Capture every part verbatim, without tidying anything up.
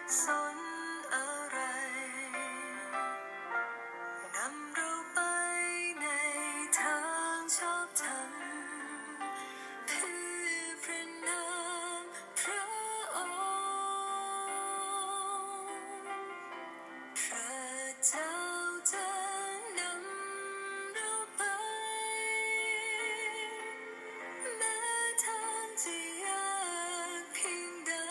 สนอะไรนำเราไปในทางชอบธรรมเพื่อพระนามพระองค์พระเจ้าจะนำเราไปแม้ทางจะยากเพียงใด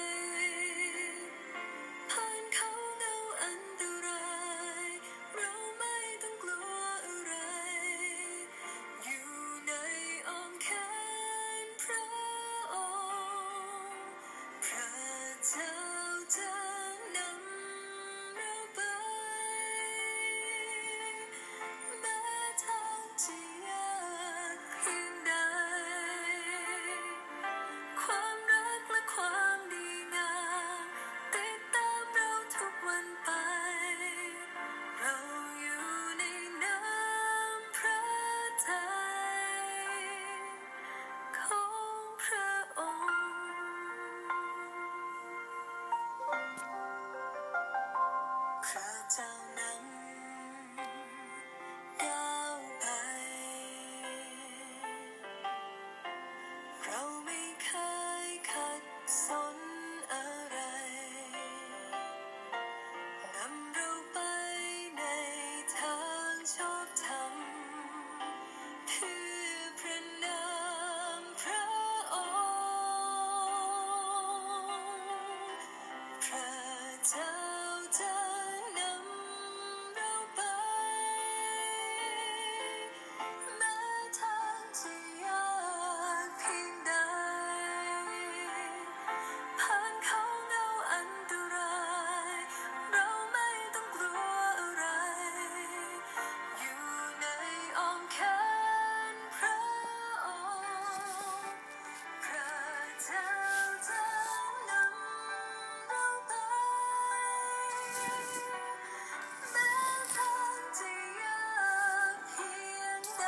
ผ่านเขาเงาอันตรายเราไม่ต้องกลัวอะไรอยู่ในอ้อมแขนพระองค์พระเจ้าจะนำเราไปแม้ทางจะยากเพียงใดความรักและความดีงามติดตามเราทุกวันไปเราอยู่ในน้ำพระทัยของพระองค์พระเจ้านำก้าวไปเราไม่เคยขัดสนอะไรนำเราไปในทางชอบธรรมเพื่อพระนามพระองค์พระเจ้าจะนำเราไปแม้ทางจะยากเพียงใดผ่านเขาเงาอันตรายเราไม่ต้องกลัวอะไรอยู่ในอ้อมแขนพระองค์พระเจ้าจะนำเราไปแม้ทางจะยากเพียงใด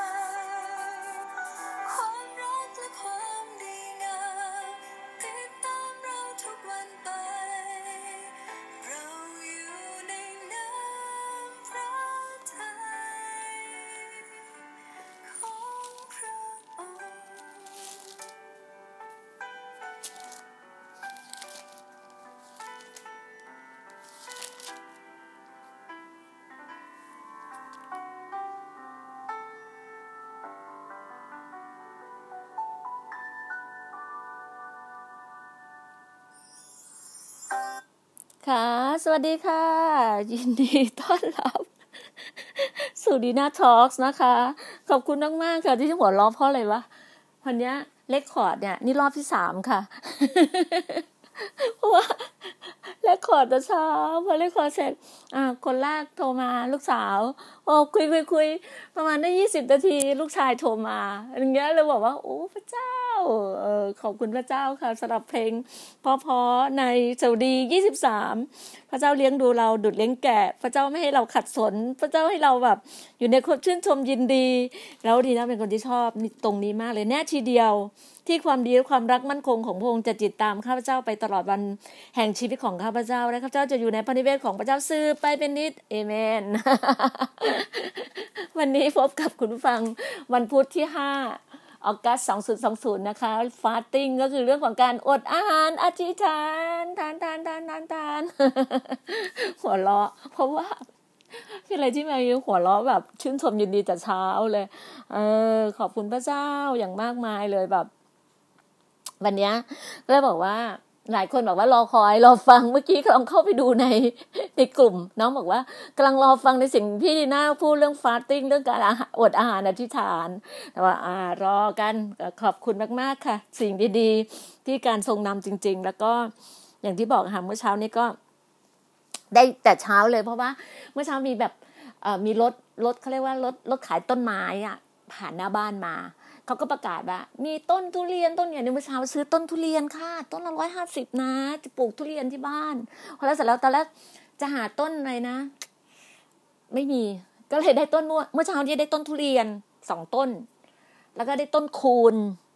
ความรักและความดีงามติดตามเราทุกวันไปเราอยู่ในน้ำพระทัยของพระองค์ค่ะ สวัสดีค่ะ ยินดีต้อนรับสู่ดีน่าทอล์กนะคะ ขอบคุณมากๆค่ะที่หัวเราะเพราะอะไรวะวันนี้เรคคอร์ดเนี่ยนี่รอบที่สามค่ะ เพราะว่าเรคคอร์ดแต่เช้าพอเรคคอร์ดเสร็จอ่าคนแรกโทรมาลูกสาวโอ้คุยคุยคุยประมาณได้ยี่สิบนาทีลูกชายโทรมาอย่างเงี้ยเลยบอกว่าโอ้พระเจ้าเออขอบคุณพระเจ้าค่ะสำหรับเพลงเพราะๆในสดุดียี่สิบสามพระเจ้าเลี้ยงดูเราดุจเลี้ยงแกะพระเจ้าไม่ให้เราขัดสนพระเจ้าให้เราแบบอยู่ในความชื่นชมยินดีแล้วดีนะเป็นคนที่ชอบตรงนี้มากเลยแน่ทีเดียวที่ความดีและความรักมั่นคงของพระองค์จะติดตามข้าพเจ้าไปตลอดวันแห่งชีวิตของข้าพเจ้าและข้าพเจ้าจะอยู่ในพระนิเวศของพระเจ้าสืบไปเป็นนิจเอเมน วันนี้พบกับคุณผู้ฟังวันพุธที่ห้าออกัสสองพันยี่สิบนะคะฟาสติ้งก็คือเรื่องของการอดอาหารอธิษฐานทานทานทานทานทาน หัวเราะเพราะว่าเป็นอะไรที่มาหัวเราะแบบชื่นชมยินดีแต่เช้าเลยเออขอบคุณพระเจ้าอย่างมากมายเลยแบบวันนี้ก็เลยบอกว่าหลายคนบอกว่ารอคอยรอฟังเมื่อกี้ลองเข้าไปดูในในกลุ่มน้องบอกว่ากำลังรอฟังในสิ่งพี่ดีน่าพูดเรื่องฟาสติ้งเรื่องการอดอาหารอธิษฐานแต่ว่าอ่ารอกันขอบคุณมากๆค่ะสิ่งดีๆที่การทรงนำจริงๆแล้วก็อย่างที่บอกค่ะเมื่อเช้านี้ก็ได้แต่เช้าเลยเพราะว่าเมื่อเช้ามีแบบเอ่อมีรถรถเขาเรียกว่ารถรถขายต้นไม้อ่ะผ่านหน้าบ้านมาเขาก็ประกาศว่ามีต้นทุเรียนต้นอย่างนี้เมื่อเช้าซื้อต้นทุเรียนค่ะต้นละร้อยห้าสิบนะจะปลูกทุเรียนที่บ้านพอแล้วเสร็จแล้วตอนแรกจะหาต้นอะไรนะไม่มีก็เลยได้ต้นเมื่อเช้าที่ได้ต้นทุเรียนสองต้นแล้วก็ได้ต้นคูน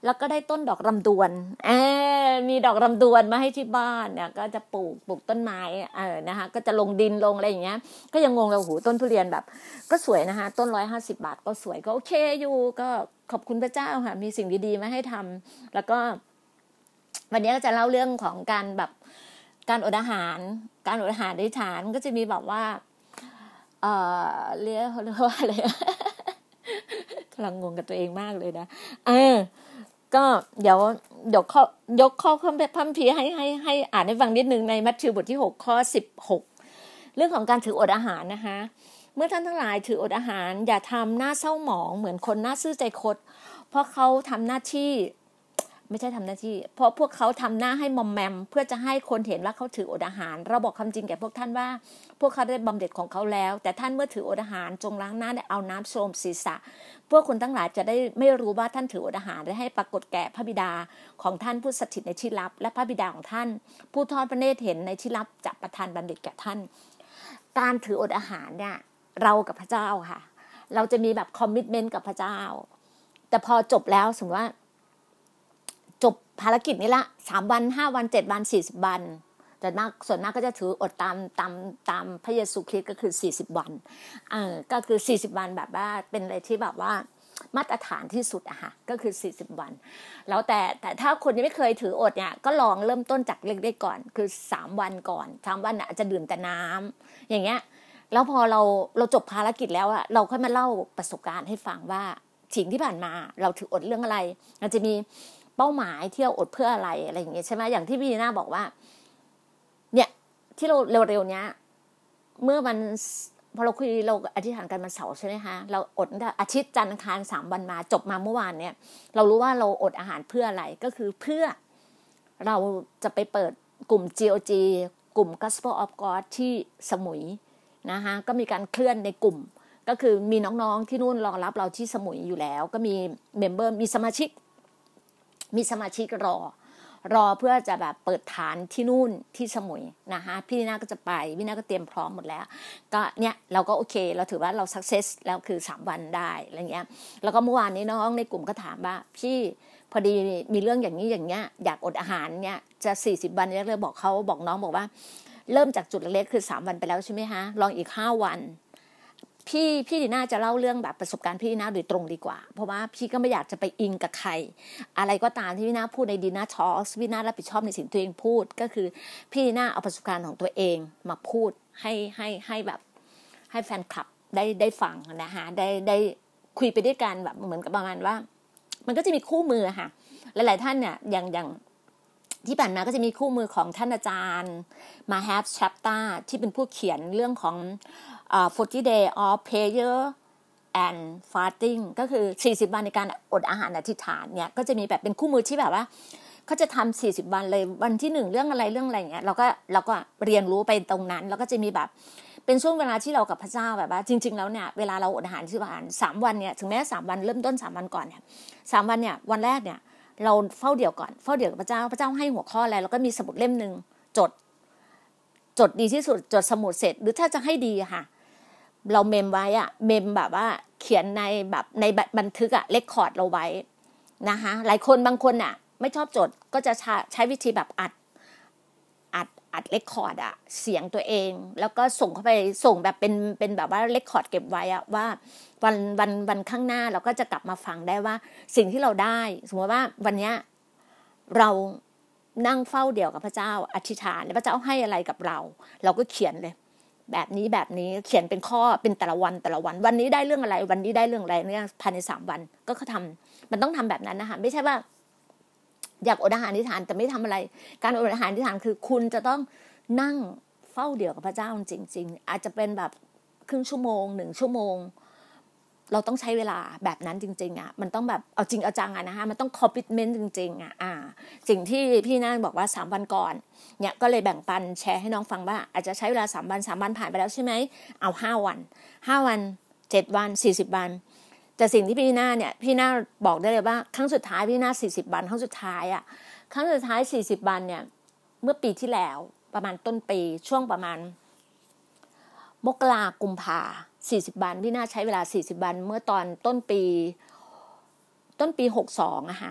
แล้วก็ได้ต้นดอกรำดวนเออมีดอกรำดวนมาให้ที่บ้านเนี่ยก็จะปลูกปลูกต้นไม้เออนะคะก็จะลงดินลงอะไรอย่างเงี้ยก็ยังงงเลยโอ้โหต้นทุเรียนแบบก็สวยนะคะต้นหนึ่งร้อยห้าสิบบาทก็สวยก็โอเคอยู่ก็ขอบคุณพระเจ้าค่ะมีสิ่งดีๆมาให้ทำแล้วก็วันนี้ก็จะเล่าเรื่องของการแบบการอดอาหารการอดอาหารในฐานก็จะมีแบบว่าเอ่อเรียกว่าอะไรกำลังงงกับตัวเองมากเลยนะเออก็เดี๋ยวเดี๋ยวข้อยกข้อคัมภีร์ให้ให้ให้อ่านให้ฟังนิดนึงในมัทธิวบทที่หกข้อสิบหกเรื่องของการถืออดอาหารนะคะเมื่อท่านทั้งหลายถืออดอาหารอย่าทำหน้าเศร้าหมองเหมือนคนหน้าซื่อใจคดเพราะเขาทำหน้าที่ไม่ใช่ทำหน้าที่เพราะพวกเขาทำหน้าให้มอมแมมเพื่อจะให้คนเห็นว่าเขาถืออดอาหารเราบอกคำจริงแก่พวกท่านว่าพวกเขาได้บำเหน็จของเขาแล้วแต่ท่านเมื่อถืออดอาหารจงล้างหน้าและเอาน้ำโชมศีรษะเพื่อคนทั้งหลายจะได้ไม่รู้ว่าท่านถืออดอาหารและให้ปรากฏแก่พระบิดาของท่านผู้สถิตในที่ลับและพระบิดาของท่านผู้ทอดพระเนตรเห็นในที่ลับจะประทานบำเหน็จแก่ท่านการถืออดอาหารเนี่ยเรากับพระเจ้าค่ะเราจะมีแบบคอมมิตเมนต์กับพระเจ้าแต่พอจบแล้วสมมติว่าจบภารกิจนี้ละสามวันห้าวันเจ็ดวันสี่สิบวันแต่มากส่วนมากก็จะถืออดตามตามตามพระเยซูคริสต์ก็คือสี่สิบวันเออก็คือสี่สิบวันแบบว่าเป็นอะไรที่แบบว่ามาตรฐานที่สุดอะค่ะก็คือสี่สิบวันแล้วแต่แต่ถ้าคนยังไม่เคยถืออดเนี่ยก็ลองเริ่มต้นจากเล็กๆก่อนคือสามวันก่อนสามวันอาจจะดื่มแต่น้ำอย่างเงี้ยแล้วพอเราเราจบภารกิจแล้วอะเราค่อยมาเล่าประสบการณ์ให้ฟังว่าสิ่งที่ผ่านมาเราถืออดเรื่องอะไรมันจะมีเป้าหมายที่เราอดเพื่ออะไรอะไรอย่างเงี้ยใช่ไหมอย่างที่พี่น่าบอกว่าเนี่ยที่เราเร็วๆเนี้ยเมื่อวันพอเราคุยเราอธิษฐานกันวันเสาร์ใช่ไหมคะเราอดอาทิตย์จันทร์อังคารสามวันมาจบมาเมื่อวานเนี่ยเรารู้ว่าเราอดอาหารเพื่ออะไรก็คือเพื่อเราจะไปเปิดกลุ่ม จี โอ จี กลุ่ม Gospel of God ที่สมุยนะคะก็มีการเคลื่อนในกลุ่มก็คือมีน้องๆที่นู่นรองรับเราที่สมุยอยู่แล้วก็มีเมมเบอร์มีสมาชิกมีสมาชิกรอรอเพื่อจะแบบเปิดฐานที่นู่นที่สมุยนะคะพี่น่าก็จะไปพี่น่าก็เตรียมพร้อมหมดแล้วก็เนี่ยเราก็โอเคเราถือว่าเราสักเซสแล้วคือสามวันได้อะไรเงี้ยแล้วก็เมื่อวานนี้น้องในกลุ่มก็ถามว่าพี่พอดีมีเรื่องอย่างนี้อย่างเงี้ยอยากอดอาหารเนี่ยจะสี่สิบวันเนี่ยเลยบอกเขาบอกน้องบอกว่าเริ่มจากจุดเล็กๆคือสามวันไปแล้วใช่ไหมคะลองอีกห้าวันพี่พี่ดีน่าจะเล่าเรื่องแบบประสบการณ์พี่ดีน่าโดยตรงดีกว่าเพราะว่าพี่ก็ไม่อยากจะไปอิงกับใครอะไรก็ตามที่พี่ดีน่าพูดในดีน่าทอล์กพี่ดีน่ารับผิดชอบในสิ่งที่ตัวเองพูดก็คือพี่ดีน่าเอาประสบการณ์ของตัวเองมาพูดให้ให้ให้แบบให้แฟนคลับได้ได้ฟังนะคะได้ได้คุยไปด้วยกันแบบเหมือนกับประมาณว่ามันก็จะมีคู่มือค่ะหลายๆท่านเนี่ยอย่างอย่างที่ผ่านมาก็จะมีคู่มือของท่านอาจารย์มาแฮปชัปตาที่เป็นผู้เขียนเรื่องของUh, forty day of prayer and fasting ก็คือสี่สิบวันในการอดอาหารอธิษฐานเนี่ยก็จะมีแบบเป็นคู่มือที่แบบว่าเขาจะทำสี่สิบวันเลยวันที่หนึ่งเรื่องอะไรเรื่องอะไรเงี้ยเราก็เราก็เรียนรู้ไปตรงนั้นแล้วก็จะมีแบบเป็นช่วงเวลาที่เรากับพระเจ้าแบบว่าจริงๆแล้วเนี่ยเวลาเราอดอาหารที่อาหารสามวันเนี่ยถึงแม้สามวันเริ่มต้นสามวันก่อนเนี่ยสามวันเนี่ยวันแรกเนี่ยเราเฝ้าเดี่ยวก่อนเฝ้าเดี่ยวกับพระเจ้าพระเจ้าให้หัวข้ออะไรแล้วก็มีสมุดเล่มนึงจดจดดีที่สุดจดสมุดเสร็จหรือถ้าจะให้ดีค่ะเราเมมไว้อะเมมแบบว่าเขียนในแบบในบันทึกอะเรคคอร์ดเราไว้นะคะหลายคนบางคนอะไม่ชอบจดก็จะใช้วิธีแบบอัดอัดอัดเรคคอร์ดอะเสียงตัวเองแล้วก็ส่งเข้าไปส่งแบบเป็นเป็นแบบว่าเรคคอร์ดเก็บไว้อะว่าวันวันวันข้างหน้าเราก็จะกลับมาฟังได้ว่าสิ่งที่เราได้สมมติว่าวันนี้เรานั่งเฝ้าเดี่ยวกับพระเจ้าอธิษฐานแล้วพระเจ้าให้อะไรกับเราเราก็เขียนเลยแบบนี้แบบนี้เขียนเป็นข้อเป็นแต่ละวันแต่ละวันวันนี้ได้เรื่องอะไรวันนี้ได้เรื่องอะไรเนี่ยภายในสามวันก็เขาทำมันต้องทำแบบนั้นนะคะไม่ใช่ว่าอยากอดอาหารอธิษฐานแต่ไม่ทำอะไรการอดอาหารอธิษฐานคือคุณจะต้องนั่งเฝ้าเดี่ยวกับพระเจ้าจริงๆอาจจะเป็นแบบครึ่งชั่วโมงหนึ่งชั่วโมงเราต้องใช้เวลาแบบนั้นจริงๆอ่ะมันต้องแบบเอาจริงเอาจังอ่ะนะคะมันต้องคอมมิตเมนต์จริงๆอ่ะอ่าสิ่งที่พี่นั่นบอกว่าสามวันก่อนเนี่ยก็เลยแบ่งปันแชร์ให้น้องฟังว่าอาจจะใช้เวลาสามวันสามวันผ่านไปแล้วใช่ไหมเอาห้าวันห้าวันเจ็ดวันสี่สิบวันแต่สิ่งที่พี่น่าเนี่ยพี่น่าบอกได้เลยว่าครั้งสุดท้ายพี่น่าสี่สิบวันครั้งสุดท้ายอ่ะครั้งสุดท้ายสี่สิบวันเนี่ยเมื่อปีที่แล้วประมาณต้นปีช่วงประมาณมกรากุมภาสี่สิบวันพี่น่าใช้เวลาสี่สิบวันเมื่อตอนต้นปีต้นปีหกสิบสองอะค่ะ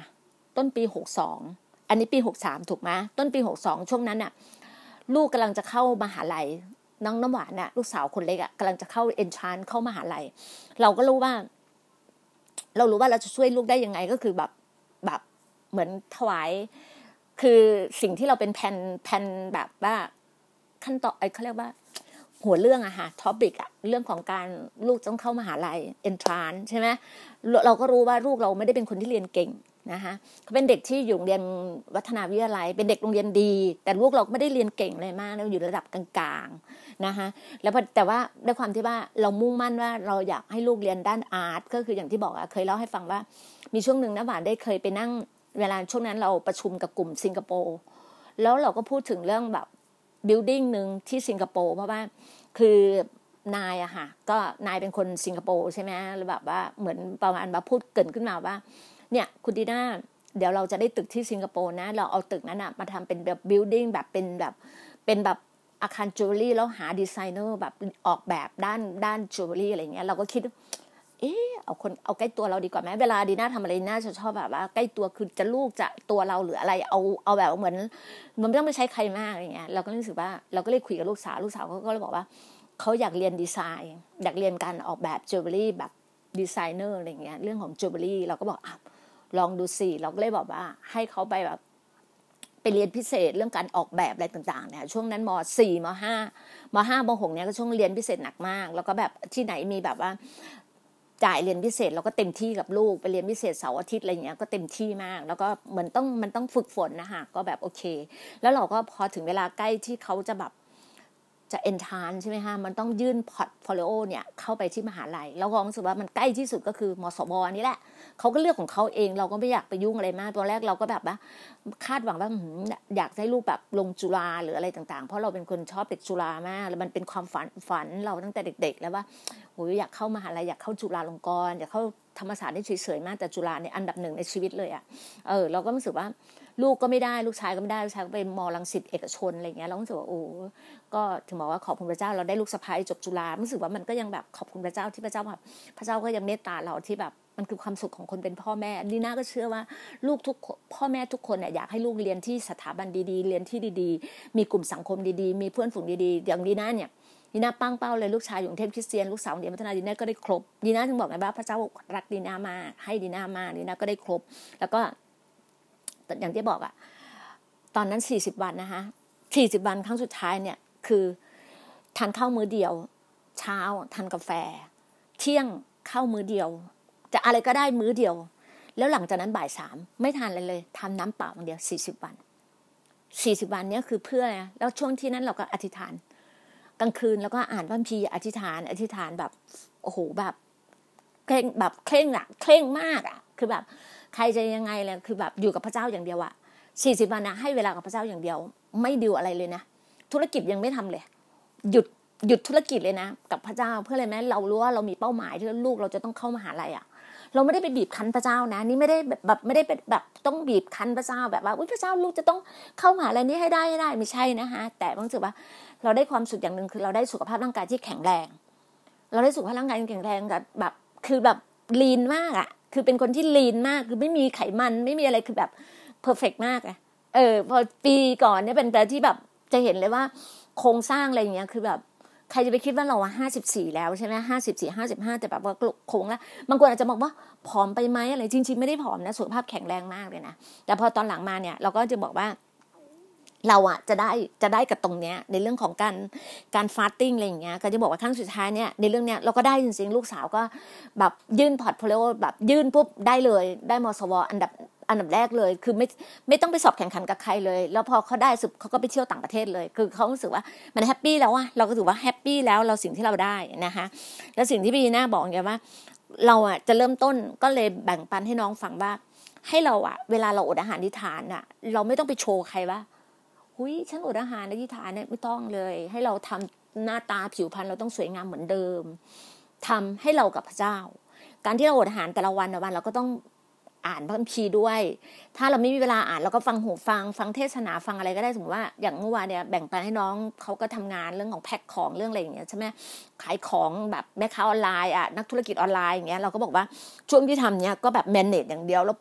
ต้นปีหกสองอันนี้ปีหกสามถูกไหมต้นปีหกสองช่วงนั้นน่ะลูกกำลังจะเข้ามหาลัยน้องน้ำหวานน่ะลูกสาวคนเล็กอ่ะกำลังจะเข้าเอนทรานซ์เข้ามหาลัยเราก็รู้ว่าเรารู้ว่าเราจะช่วยลูกได้ยังไงก็คือแบบแบบเหมือนถวายคือสิ่งที่เราเป็นแผนแผนแบบว่าขั้นตอนไอ้เขาเรียกว่าหัวเรื่องอะค่ะท็อปิกอะเรื่องของการลูกต้องเข้ามหาลัยเอนทรานซ์ใช่ไหมเราก็รู้ว่าลูกเราไม่ได้เป็นคนที่เรียนเก่งนะคะเขาเป็นเด็กที่อยู่โรงเรียนวัฒนาวิทยาลัยเป็นเด็กโรงเรียนดีแต่ลูกเราก็ไม่ได้เรียนเก่งเลยมากนะอยู่ระดับกลางๆนะคะแล้วแต่ว่าด้วยความที่ว่าเรามุ่งมั่นว่าเราอยากให้ลูกเรียนด้านอาร์ตก็คืออย่างที่บอกอะเคยเล่าให้ฟังว่ามีช่วงหนึ่งนะหวานได้เคยไปนั่งเวลาช่วงนั้นเราประชุมกับกลุ่มสิงคโปร์แล้วเราก็พูดถึงเรื่องแบบบิลดิ้งนึงที่สิงคโปร์เพราะว่าคือนายอะค่ะก็นายเป็นคนสิงคโปร์ใช่ไหมแล้วแบบว่าเหมือนประมาณมาพูดเกินขึ้นมาว่าเนี่ยคุณดีน่าเดี๋ยวเราจะได้ตึกที่สิงคโปร์นะเราเอาตึกนั้นอะมาทำเป็นแบบบิลดิ้งแบบเป็นแบบเป็นแบบอาคารจิวเวลรี่แล้วหาดีไซเนอร์แบบออกแบบด้านด้านจิวเวลรี่อะไรเงี้ยเราก็คิดเออเอาคนเอาใกล้ตัวเราดีกว่าไหมเวลาดีน่าทำอะไรน่าจะชอบแบบว่าใกล้ตัวคือจะลูกจะตัวเราหรืออะไรเอาเอาแบบเหมือนมันไม่ต้องไปใช้ใครมากอะไรเงี้ยเราก็รู้สึกว่าเราก็เลยคุยกับลูกสาวลูกสาวเขาก็เลยบอกว่าเขาอยากเรียนดีไซน์อยากเรียนการออกแบบจิวเวลรี่แบบดีไซเนอร์อะไรเงี้ยเรื่องของจิวเวลรี่เราก็บอกอ่ะลองดูสิเราก็เลยบอกว่าให้เขาไปแบบไปเรียนพิเศษเรื่องการออกแบบอะไรต่างๆเนี่ยช่วงนั้นม.สี่ ม.ห้า ม.ห้า ม.หกเนี่ยก็ช่วงเรียนพิเศษหนักมากแล้วก็แบบที่ไหนมีแบบว่าจ่ายเรียนพิเศษเราก็เต็มที่กับลูกไปเรียนพิเศษเสาร์อาทิตย์อะไรอย่างเงี้ยก็เต็มที่มากแล้วก็เหมือนต้องมันต้องฝึกฝนนะคะก็แบบโอเคแล้วเราก็พอถึงเวลาใกล้ที่เขาจะแบบจะเอนทรานซ์ใช่ไหมคะมันต้องยื่นพอร์ตโฟลิโอเนี่ยเข้าไปที่มหาลัยแล้วก็รู้สึกว่ามันใกล้ที่สุดก็คือมสวนี่แหละเขาก็เลือกของเขาเองเราก็ไม่อยากไปยุ่งอะไรมากตอนแรกเราก็แบบว่าคาดหวังว่าอยากให้ลูกแบบลงจุฬาหรืออะไรต่างๆเพราะเราเป็นคนชอบเด็กจุฬามากแล้วมันเป็นความฝันฝันเราตั้งแต่เด็กๆแล้วว่าโหอยากเข้ามหาลัยอยากเข้าจุฬาลงกรณ์อยากเข้าธรรมศาสตร์ได้เฉยๆมากแต่จุฬาเนี่ยอันดับหนึ่งในชีวิตเลยอ่ะเออเราก็รู้สึกว่าลูกก็ไม่ได้ลูกชายก็ไม่ได้ลูกชายก็ไปม.รังสิตเอกชนอะไรเงี้ยเราก็รู้สึกว่าโอ้ก็ถึงบอกว่าขอบคุณพระเจ้าเราได้ลูกสะใภ้จบจุฬารู้สึกว่ามันก็ยังแบบขอบคุณพระเจ้าที่พระเจ้าแบบพระเจ้าก็ยังเมตตาเราที่แบบมันคือความสุขของคนเป็นพ่อแม่ดีน่าก็เชื่อว่าลูกทุกพ่อแม่ทุกคนเนี่ยอยากให้ลูกเรียนที่สถาบันดีๆเรียนที่ดีๆมีกลุ่มสังคมดีๆมีเพื่อนฝูงดีๆอย่างดีน่าเนี่ยดีน่าปั้งเป้าเลยลูกชายอยู่กรุงเทพคริสเตียนลูกสาวเรียนพัฒนาดีน่าก็ได้ครบดีน่าถึงบอกไงว่าพระเจ้ารักดีน่ามากให้ดีน่ามากดีน่าก็ได้ครบแล้วก็อย่างที่บอกอะตอนนั้นสี่สิบวันนะคะสี่สิบวันครั้งสุดท้ายเนี่ยคือทานข้าวมื้อเดียวเช้าทานกาแฟเที่ยงข้าวมื้อเดียวจะอะไรก็ได้มื้อเดียวแล้วหลังจากนั้นบ่ายสามไม่ทานอะไรเลยทำน้ำเปล่าอย่างเดียวสี่สิบวันสี่สิบวันเนี้ยคือเพื่อนะแล้วช่วงที่นั้นเราก็อธิษฐานกลางคืนแล้วก็อ่านพระคัมภีร์อธิษฐานอธิษฐานแบบโอ้โหแบบเคร่งแบบเคร่งอะเคร่งมากอะคือแบบใครจะยังไงเลยคือแบบอยู่กับพระเจ้าอย่างเดียวอะสี่สิบวันนะให้เวลากับพระเจ้าอย่างเดียวไม่ดิวอะไรเลยนะธุรกิจยังไม่ทำเลยหยุดหยุดธุรกิจเลยนะกับพระเจ้าเพื่ออะไรไหมเรารู้ว่าเรามีเป้าหมายที่ลูกเราจะต้องเข้ามหาลัยอ่ะเราไม่ได้ไปบีบคั้นพระเจ้านะนี่ไม่ได้แบบไม่ได้เป็นแบบต้องบีบคั้นพระเจ้าแบบว่าอุ๊ยพระเจ้าลูกจะต้องเข้ามหาลัยนี้ให้ได้ให้ได้ไม่ใช่นะคะแต่รู้สึกว่าเราได้ความสุขอย่างนึงคือเราได้สุขภาพร่างกายที่แข็งแรงเราได้สุขภาพร่างกายที่แข็งแรงแบบแบบคือแบบลีนมากอ่ะคือเป็นคนที่ลีนมากคือไม่มีไขมันไม่มีอะไรคือแบบเพอร์เฟกต์มากอ่ะเออพอปีก่อนเนี่ยเป็นแต่ที่แบบจะเห็นเลยว่าโครงสร้างอะไรอย่างเงี้ยคือแบบใครจะไปคิดว่าเราอ่ะห้าสิบสี่แล้วใช่ไหมห้าสิบสี่ ห้าสิบห้าแต่แบบว่าโครงแล้วบางคนอาจจะบอกว่าผอมไปไหมอะไรจริงๆไม่ได้ผอมนะสุขภาพแข็งแรงมากเลยนะแต่พอตอนหลังมาเนี่ยเราก็จะบอกว่าเราอ่ะจะได้จะได้กับตรงเนี้ยในเรื่องของการการฟาสติ้งอะไรอย่างเงี้ยก็จะบอกว่าครั้งสุดท้ายเนี่ยในเรื่องเนี้ยเราก็ได้จริงๆลูกสาวก็แบบยื่นพอร์ตโฟลิโอแบบยื่นปุ๊บได้เลยได้มสวอันดับอันดับแรกเลยคือไม่ไม่ต้องไปสอบแข่งขันกับใครเลยแล้วพอเขาได้สุดเขาก็ไปเที่ยวต่างประเทศเลยคือเขารู้สึกว่ามันแฮปปี้แล้วอะเราก็ถือว่าแฮปปี้แล้วเราสิ่งที่เราได้นะคะแล้วสิ่งที่พี่น่าบอกอย่างว่าเราอะจะเริ่มต้นก็เลยแบ่งปันให้น้องฟังว่าให้เราอะเวลาเราอดอาหารอธิษฐานอะเราไม่ต้องไปโชว์ใครว่าหุยฉันอดอาหารอธิษฐานเนี่ยไม่ต้องเลยให้เราทำหน้าตาผิวพรรณเราต้องสวยงามเหมือนเดิมทำให้เรากับพระเจ้าการที่เราอดอาหารแต่ละวันแต่ละวันเราก็ต้องอ่านพระคัมภีร์ด้วยถ้าเราไม่มีเวลาอ่านเราก็ฟังหูฟังฟังเทศนาฟังอะไรก็ได้สมมติว่าอย่างเมื่อวานเนี่ยแบ่งปันให้น้องเขาก็ทำงานเรื่องของแพ็คของเรื่องอะไรอย่างเงี้ยใช่ไหมขายของแบบแม่ค้าออนไลน์อ่ะนักธุรกิจออนไลน์อย่างเงี้ยเราก็บอกว่าช่วงที่ทำเนี้ยก็แบบแมเนจอย่างเดียวแล้ว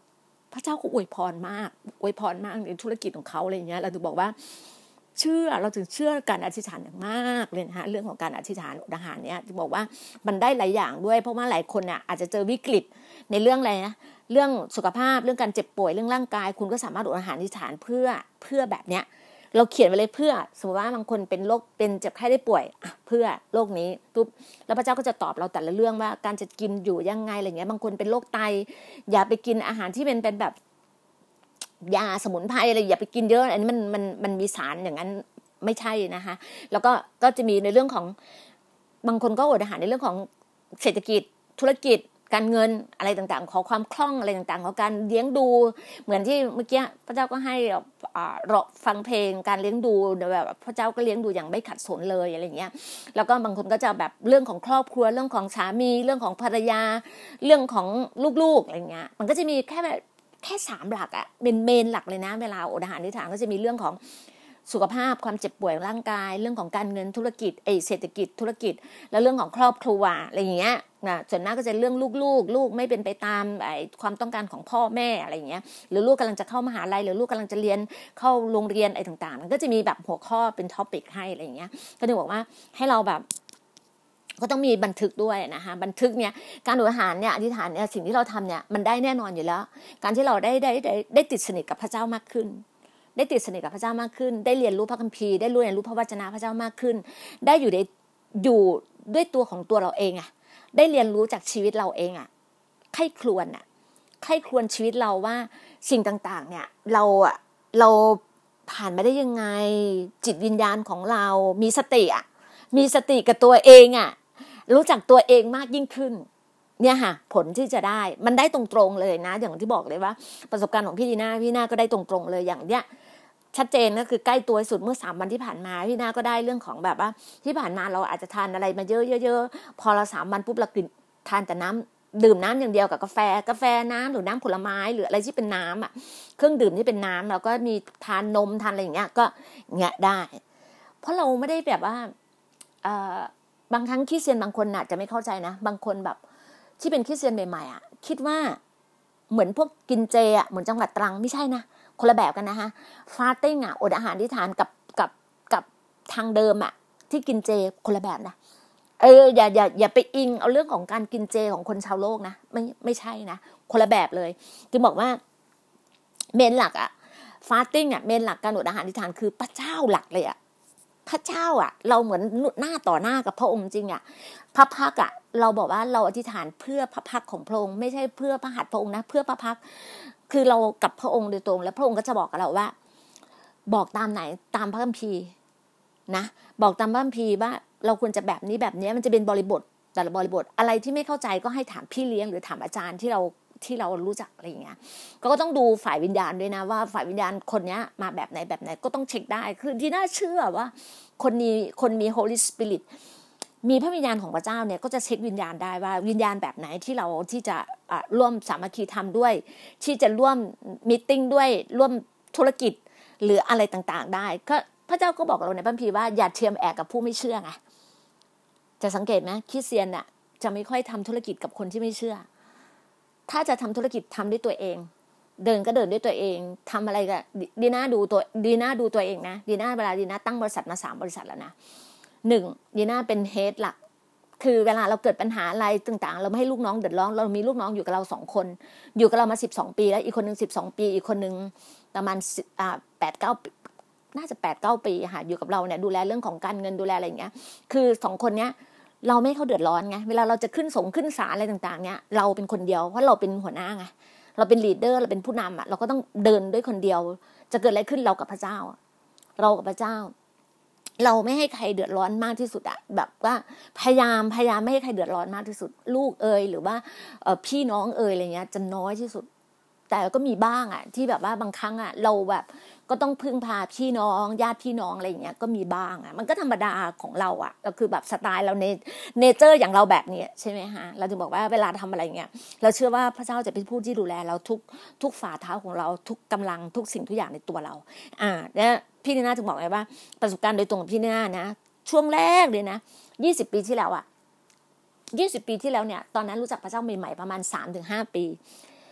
พระเจ้าก็อวยพรมากอวยพรมากในธุรกิจของเขาอะไรเงี้ยเราถึงบอกว่าเชื่อเราถึงเชื่อการอธิษฐานอย่างมากเลยนะฮะเรื่องของการอธิษฐานอดอาหารเนี่ยจะบอกว่ามันได้หลายอย่างด้วยเพราะว่าหลายคนเนี่ยอาจจะเจอวิกฤตในเรื่องอะไรนะเรื่องสุขภาพเรื่องการเจ็บป่วยเรื่องร่างกายคุณก็สามารถอดอาหารอธิษฐานเพื่อเพื่อแบบเนี้ยเราเขียนไว้เลยเพื่อสมมติว่าบางคนเป็นโรคเป็นเจ็บไข้ได้ป่วยอ่ะเพื่อโรคนี้ปุ๊บแล้วพระเจ้าก็จะตอบเราแต่ละเรื่องว่าการจะกินอยู่ยังไงอะไรเงี้ยบางคนเป็นโรคไตอย่าไปกินอาหารที่เป็นเป็นแบบยาสมุนไพรอะไรอย่าไปกินเยอะอันนี้มันมันมันมีสารอย่างนั้นไม่ใช่นะคะแล้วก็ก็จะมีในเรื่องของบางคนก็อดอาหารในเรื่องของเศรษฐกิจธุรกิจการเงินอะไรต่างๆขอความคล่องอะไรต่างๆของการเลี้ยงดูเหมือนที่เมื่อกี้พระเจ้าก็ให้อ่าเราฟังเพลงการเลี้ยงดูแบบพระเจ้าก็เลี้ยงดูอย่างไม่ขัดสนเลยอะไรอย่างเงี้ยแล้วก็บางคนก็จะแบบเรื่องของครอบครัวเรื่องของสามีเรื่องของภรรยาเรื่องของลูกๆอะไรเงี้ยมันก็จะมีแค่แบบแค่สามหลักอะเป็นเมนหลักเลยนะเวลาอดอาหารอธิษฐานก็จะมีเรื่องของสุขภาพความเจ็บป่วยร่างกายเรื่องของการเงินธุรกิจไอเศรษฐกิจธุรกิจแล้วเรื่องของครอบครัวอะไรอย่างเงี้ยนะส่วนมากก็จะเรื่องลูกๆลูกไม่เป็นไปตามไอความต้องการของพ่อแม่อะไรอย่างเงี้ยหรือลูกกำลังจะเข้ามหาลัยหรือลูกกำลังจะเรียนเข้าโรงเรียนอะไรต่างๆมันก็จะมีแบบหัวข้อเป็นท็อปิกให้อะไรอย่างเงี้ยก็ถึงบอกว่าให้เราแบบก็ต้องมีบันทึกด้วยนะคะบันทึกเนี่ยการอดอาหารเนี่ยอธิษฐานเนี่ยสิ่งที่เราทำเนี่ยมันได้แน่นอนอยู่แล้วการที่เราได้ได้ได้ได้ติดสนิทกับพระเจ้ามากขึ้นได้ติดสนิทกับพระเจ้ามากขึ้นได้เรียนรู้พระคัมภีร์ได้เรียนรู้พระวจนะพระเจ้ามากขึ้นได้อยู่ในอยู่ด้วยตัวของตัวเราเองอ่ะได้เรียนรู้จากชีวิตเราเองอ่ะใคร่ครวญอ่ะใคร่ครวญชีวิตเราว่าสิ่งต่างๆเนี่ยเราอ่ะเราผ่านมาได้ยังไงจิตวิญญาณของเรามีสติอ่ะมีสติกับตัวเองอ่ะรู้จักตัวเองมากยิ่งขึ้นเนี่ยค่ะผลที่จะได้มันได้ตรงๆเลยนะอย่างที่บอกเลยว่าประสบการณ์ของพี่ดีน่าพี่น่าก็ได้ตรงๆเลยอย่างเนี้ยชัดเจนก็คือใกล้ตัวสุดเมื่อสามวันที่ผ่านมาพี่น่าก็ได้เรื่องของแบบว่าที่ผ่านมาเราอาจจะทานอะไรมาเยอะๆๆพอเราสามวันปุ๊บเรากินทานแต่น้ำดื่มน้ำอย่างเดียวกับกาแฟกาแฟน้ำหรือน้ำผลไม้หรืออะไรที่เป็นน้ำอ่ะเครื่องดื่มที่เป็นน้ำเราก็มีทานนมทานอะไรอย่างเงี้ยก็เงี้ยได้เพราะเราไม่ได้แบบว่าเอ่อบางครั้งคริสเตียนบางคนอาจจะไม่เข้าใจนะบางคนแบบที่เป็นคริสเตียนใหม่ๆอ่ะคิดว่าเหมือนพวกกินเจอ่ะเหมือนจังหวัดตรังไม่ใช่นะคนละแบบกันนะฮะฟาสติ้งอ่ะอดอาหารที่ทานกับกับกับทางเดิมอ่ะที่กินเจคนละแบบนะเอออย่าอย่าอย่าไปอิงเอาเรื่องของการกินเจของคนชาวโลกนะไม่ไม่ใช่นะคนละแบบเลยคือบอกว่าเมนหลักอ่ะฟาสติ้งอ่ะเมนหลักการอดอาหารที่ทานคือพระเจ้าหลักเลยอ่ะพระเจ้าอ่ะเราเหมือนหน้าต่อหน้ากับพระองค์จริงอ่ะพระพักอ่ะเราบอกว่าเราอธิษฐานเพื่อพระพักของพระองค์ไม่ใช่เพื่อพระหัตถ์พระองค์นะเพื่อพระพักคือเรากับพระองค์โดยตรงแล้วพระองค์ก็จะบอกกับเราว่าบอกตามไหนตามพระคัมภีร์นะบอกตามพระคัมภีร์ว่าเราควรจะแบบนี้แบบนี้มันจะเป็นบริบทแต่ละบริบทอะไรที่ไม่เข้าใจก็ให้ถามพี่เลี้ยงหรือถามอาจารย์ที่เราที่เรารู้จักอะไรอย่างเงี้ยก็ต้องดูฝ่ายวิญญาณด้วยนะว่าฝ่ายวิญญาณคนนี้มาแบบไหนแบบไหนก็ต้องเช็คได้คือที่น่าเชื่อว่าคนมีคนมี Holy Spirit มีพระวิญญาณของพระเจ้าเนี่ยก็จะเช็ควิญญาณได้ว่าวิญญาณแบบไหนที่เราที่จะร่วมสามัคคีธรรมด้วยที่จะร่วมมีตติ้งด้วยร่วมธุรกิจหรืออะไรต่างๆได้ก็พระเจ้าก็บอกเราในพระคัมภีร์ว่าอย่าเทียมแอกกับผู้ไม่เชื่อไงจะสังเกตไหมคริสเตียนน่ะจะไม่ค่อยทำธุรกิจกับคนที่ไม่เชื่อถ้าจะทำธุรกิจทำด้วยตัวเองเดินก็เดินด้วยตัวเองทำอะไรก็ดีน่าดูตัวดีน่าดูตัวเองนะดีน่าเวลาดีน่าตั้งบริษัทมาสามบริษัทแล้วนะหนึ่งดีน่าเป็นเฮดหลักคือเวลาเราเกิดปัญหาอะไรต่างๆเราไม่ให้ลูกน้องเดือดร้อนเรามีลูกน้องอยู่กับเราสองคนอยู่กับเรามาสิบสองปีแล้วอีกคนนึงสิบสองปีอีกคนนึงประมาณอ่า แปด เก้า น่าจะ แปด เก้า ปีค่ะอยู่กับเราเนี่ยดูแลเรื่องของการเงินดูแลอะไรอย่างเงี้ยคือสองคนเนี้ยเราไม่ให้เขาเดือดร้อนไงเวลาเราจะขึ้นสงขึ้นศาลอะไรต่างๆเนี้ยเราเป็นคนเดียวเพราะเราเป็นหัวหน้าไงเราเป็นลีดเดอร์เราเป็นผู้นำอ่ะเราก็ต้องเดินด้วยคนเดียวจะเกิดอะไรขึ้นเรากับพระเจ้าเรากับพระเจ้าเราไม่ให้ใครเดือดร้อนมากที่สุดอะแบบว่าพยายามพยายามไม่ให้ใครเดือดร้อนมากที่สุดลูกเอ่ยหรือว่าเอ่อพี่น้องเอ่ยอะไรเงี้ยจะน้อยที่สุดแต่ก็มีบ้างอะที่แบบว่าบางครั้งอะเราแบบก็ต้องพึ่งพาพี่น้องญาติพี่น้องอะไรอย่างเงี้ยก็มีบ้างอะมันก็ธรรมดาของเราอะก็คือแบบสไตล์เราเนเนเจอร์อย่างเราแบบนี้ใช่ไหมฮะเราถึงบอกว่าเวลาทำอะไรเงี้ยเราเชื่อว่าพระเจ้าจะเป็นผู้ที่ดูแลเราทุกทุกฝ่าเท้าของเราทุกกำลังทุกสิ่งทุกอย่างในตัวเราอ่าเนี่ยพี่นีน่าถึงบอกไงว่าประสบการณ์โดยตรงของพี่นีน่านะช่วงแรกเลยนะยี่สิบปีที่แล้วอ่ะยี่สิบปีที่แล้วเนี่ยตอนนั้นรู้จักพระเจ้าใหม่ๆประมาณ สามถึงห้า ปี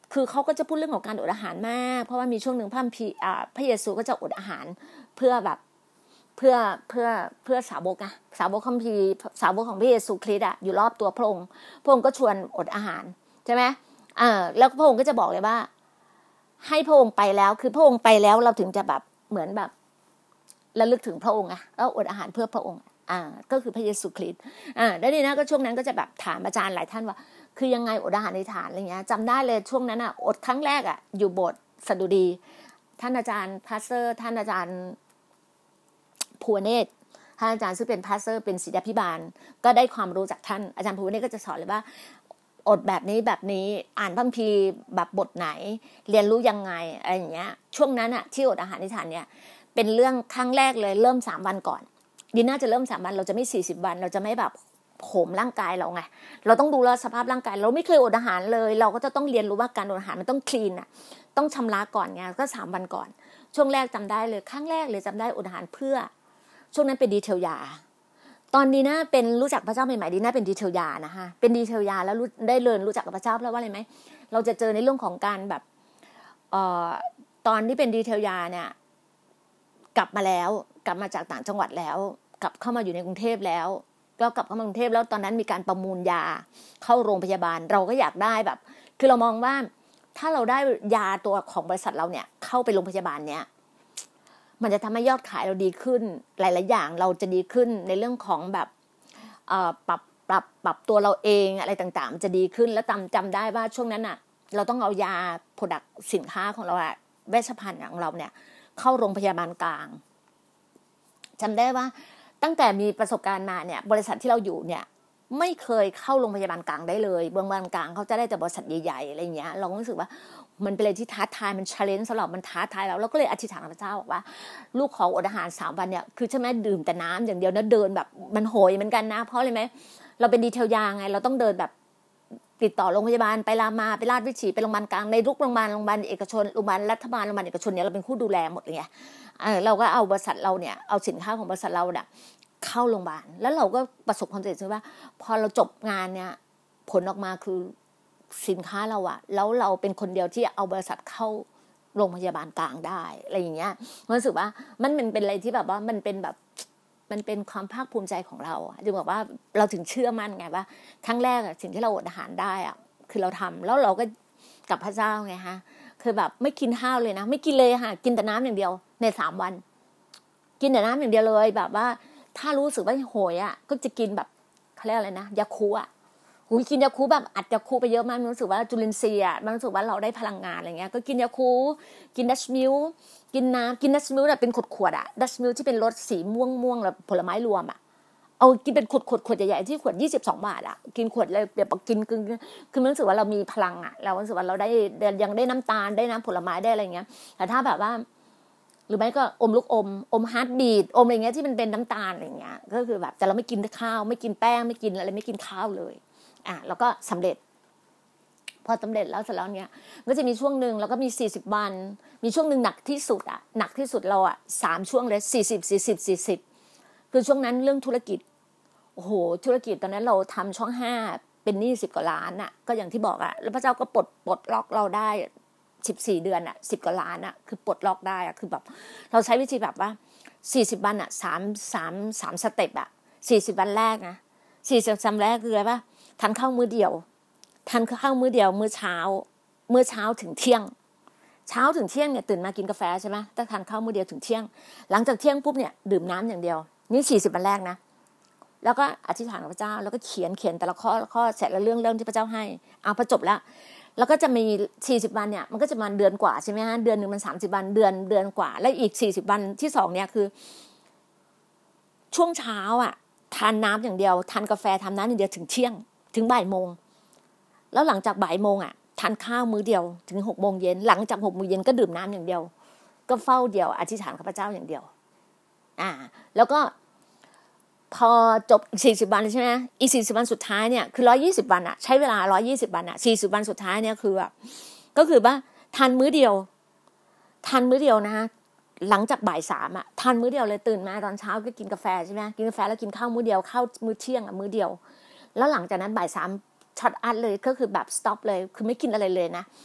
คือเขาก็จะพูดเรื่องของการอดอาหารมากเพราะว่ามีช่วงหนึ่งพระพีอ่าพระเยซูก็จะอดอาหารเพื่อแบบเพื่อเพื่อเพื่อสาวกนะสาวกคัมภีร์สาวกของพระเยซูคริสต์อ่ะอยู่รอบตัวพระองค์พระองค์ก็ชวนอดอาหารใช่ไหมอ่าแล้วพระองค์ก็จะบอกเลยว่าให้พระองค์ไปแล้วคือพระองค์ไปแล้วเราถึงจะแบบเหมือนแบบระลึกถึงพระองค์อะแล้วอดอาหารเพื่อพระองค์อ่าก็คือพระเยซูคริสต์อ่าแล้วนี่นะก็ช่วงนั้นก็จะแบบถามอาจารย์หลายท่านว่าคือยังไงอดอาหารในฐานอะไรเงี้ยจำได้เลยช่วงนั้นอ่ะอดครั้งแรกอ่ะอยู่โบสถ์สดุดีท่านอาจารย์พาสเตอร์ท่านอาจารย์ภูวเนศท่านอาจารย์ซึ่งเป็นพาสเตอร์เป็นศิษยาภิบาลก็ได้ความรู้จากท่านอาจารย์ภูวเนศก็จะสอนเลยว่าอดแบบนี้แบบนี้อ่านพระคัมภีร์แบบบทไหนเรียนรู้ยังไงอะไรอย่างเงี้ยช่วงนั้นอ่ะที่อดอาหารในฐานเนี่ยเป็นเรื่องครั้งแรกเลยเริ่มสามวันก่อนดีน่าจะเริ่มสามวันเราจะไม่สี่สิบวันเราจะไม่แบบโหมร่างกายเราไงเราต้องดูแลสภาพร่างกายเราไม่เคยอดอาหารเลยเราก็จะต้องเรียนรู้ว่าการอดอาหารมันต้องคลีนอ่ะต้องชำระก่อนไงก็สามวันก่อนช่วงแรกจำได้เลยครั้งแรกเลยจำได้อดอาหารเพื่อช่วงนั้นเป็นดีเทลยาตอนดีน่าเป็นรู้จักพระเจ้าใหม่ๆดีน่าเป็นดีเทลยานะฮะเป็นดีเทลยาแล้วได้เรียนรู้จักกับพระเจ้าเพราะว่าอะไรไหมเราจะเจอในเรื่องของการแบบเอ่อตอนที่เป็นดีเทลยาเนี่ยกลับมาแล้วกลับมาจากต่างจังหวัดแล้วกลับเข้ามาอยู่ในกรุงเทพแล้วก็กลับเข้ามากรุงเทพแล้วตอนนั้นมีการประมูลยาเข้าโรงพยาบาลเราก็อยากได้แบบคือเรามองว่าถ้าเราได้ยาตัวของบริษัทเราเนี่ยเข้าไปโรงพยาบาลเนี้ยมันจะทำให้ยอดขายเราดีขึ้นหลายๆอย่างเราจะดีขึ้นในเรื่องของแบบเอ่อปรับปรับปรับตัวเราเองอะไรต่างๆมันจะดีขึ้นแล้วจำจำได้ว่าช่วงนั้นอ่ะเราต้องเอายาโปรดักต์สินค้าของเราอะเวชภัณฑ์ของเราเนี่ยเข้าโรงพยาบาลกลางจำได้ว่าตั้งแต่มีประสบการณ์มาเนี่ยบริษัทที่เราอยู่เนี่ยไม่เคยเข้าโรงพยาบาลกลางได้เลยโรงพยาบาลกลางเขาจะได้แต่บริษัทใหญ่ๆอะไรเงี้ยเราก็รู้สึกว่ามันเป็นอะไรที่ท้าทายมัน challenge สำหรับมันท้าทายแล้วเราก็เลยอธิษฐานกับพระเจ้าบอกว่าลูกขออดอาหารสามวันเนี่ยคือใช่ไหมดื่มแต่น้ำอย่างเดียวนะเดินแบบมันโหยเหมือนกันนะเพราะอะไรไหมเราเป็นดีเทลยาไงเราต้องเดินแบบติดต่อโรงพยาบาลไปรามาไปราชวิถีไปโรงพยาบาลกลางในทุกโรงพยาบาลโรงพยาบาลเอกชนโรงพยาบาลรัฐบาลโรงพยาบาลเอกชนเนี่ยเราเป็นผู้ดูแลหมดเลยไงเออเราก็เอาบริษัทเราเนี่ยเอาสินค้าของบริษัทเราเนี่ยเข้าโรงพยาบาลแล้วเราก็ประสบความสำเร็จใช่ไหมว่าพอเราจบงานเนี่ยผลออกมาคือสินค้าเราอะแล้วเราเป็นคนเดียวที่เอาบริษัทเข้าโรงพยาบาลกลางได้อะไรอย่างเงี้ยรู้สึกว่ามันเป็นเป็นอะไรที่แบบว่ามันเป็นแบบมันเป็นความภาคภูมิใจของเราจึงบอกว่าเราถึงเชื่อมั่นไงว่าครั้งแรกอะสิ่งที่เราอดอาหารได้อะคือเราทำแล้วเราก็กับพระเจ้าไงฮะคือแบบไม่กินข้าวเลยนะไม่กินเลยค่ะกินแต่น้ำอย่างเดียวในสามวันกินแต่น้ำอย่างเดียวเลยแบบว่าถ้ารู้สึกว่าโหยอ่ะก็จะกินแบบเขาเรียกอะไรนะยาคูอ่ะหูกินยาคูแบบอัดยาคูไปเยอะมากมันรู้สึกว่าจุลินทรีย์อ่ะมันรู้สึกว่าเราได้พลังงานอะไรเงี้ยก็กินยาคูกินดัชมิลกินน้ำกินดัชมิลแบบเป็นขวดๆอ่ะดัชมิลที่เป็นรสสีม่วงๆแล้วผลไม้รวมอ่ะเอากินเป็นขวดขวดขวดใหญ่ๆที่ขวดยี่สิบสองบาทอ่ะกินขวดเลยแบบกินคือคือมันรู้สึกว่าเรามีพลังอ่ะเรารู้สึกว่าเราได้ยังได้น้ำตาลได้น้ำผลไม้ได้อะไรเงี้ยแต่ถ้าแบบว่าหรือไม่ก็อมลูกอมอมฮาร์ทบีทอมอะไรเงี้ยที่มันเป็นน้ำตาลอะไรเงี้ยก็คือแบบแต่เราไม่กินข้าวไม่กินแป้งไม่กินอะไรไม่กินข้าวเลยอ่ะแล้วก็สำเร็จพอสำเร็จแล้วเสร็จแล้วเนี้ยก็จะมีช่วงนึงแล้วก็มีสี่สิบวันมีช่วงนึงหนักที่สุดอ่ะหนักที่สุดเราอ่ะสามช่วงเลยสี่สิบ สี่สิบ สี่สิบคือช่วงนั้นเรื่องธุรกิจโอ้โหธุรกิจตอนนั้นเราทำช่องห้าเป็นหนี้สิบกว่าล้านอ่ะก็อย่างที่บอกอ่ะแล้วพระเจ้าก็ปลดปลดล็อกเราได้สิบสี่เดือนอ่ะสิบกว่าล้านอ่ะคือปลดล็อกได้อ่ะคือแบบเราใช้วิธีแบบว่าสี่สิบวันอ่ะ3 3 3สเต็ปอ่ะสี่สิบวันแรกนะสี่สิบวันแรกคืออะไรป่ะทานข้าวมื้อเดียวทานข้าวมื้อเดียวมื้อเช้ามื้อเช้าถึงเที่ยงเช้าถึงเที่ยงเนี่ยตื่นมากินกาแฟใช่ไหมถ้าทานข้าวมื้อเดียวถึงเที่ยงหลังจากเที่ยงปุ๊บเนี่ยดื่มน้ำอย่างเดียวนี่สี่สิบวันแรกนะแล้วก็อธิษฐานกับพระเจ้าแล้วก็เขียนเขียนแต่ละข้อข้อเสร็จแล้วเรื่องเรื่องที่พระเจ้าให้เอาพอจบแล้วแล้วก็จะมีสี่สิบวันเนี่ยมันก็จะมาเดือนกว่าใช่ไหมฮะเดือนนึงมันสามสิบวันเดือนเดือนกว่าแล้วอีกสี่สิบวันที่สองเนี่ยคือช่วงเช้าอ่ะทานน้ำอย่างเดียวทานกาแฟทานน้ำอย่างเดียวถึงเที่ยงถึงบ่ายโมงแล้วหลังจากบ่ายโมงอ่ะทานข้าวมื้อเดียวถึงหกโมงเย็นหลังจากหกโมงเย็นก็ดื่มน้ำอย่างเดียวก็เฝ้าเดียวอธิษฐานกับพระเจ้าอย่างเดียวอ่าแล้วก็พอจบอีกสี่สิบวันใช่ไหมอีกสี่สิบวันสุดท้ายเนี่ยคือหนึ่งร้อยยี่สิบวันอะใช้เวลาหนึ่งร้อยยี่สิบวันอะสี่สิบวันสุดท้ายเนี่ยคือแบบก็คือว่าทานมื้อเดียวทานมื้อเดียวนะฮะหลังจากบ่ายสามอะทานมื้อเดียวเลยตื่นมาตอนเช้าก็กินกาแฟใช่ไหมกินกาแฟแล้วกินข้าวมื้อเดียวข้าวมื้อเที่ยงอะมื้อเดียวแล้วหลังจากนั้นบ่ายสามช็อตอัดเลยก็คือแบบสต็อปเลยคือไม่กินอะไรเลยนะ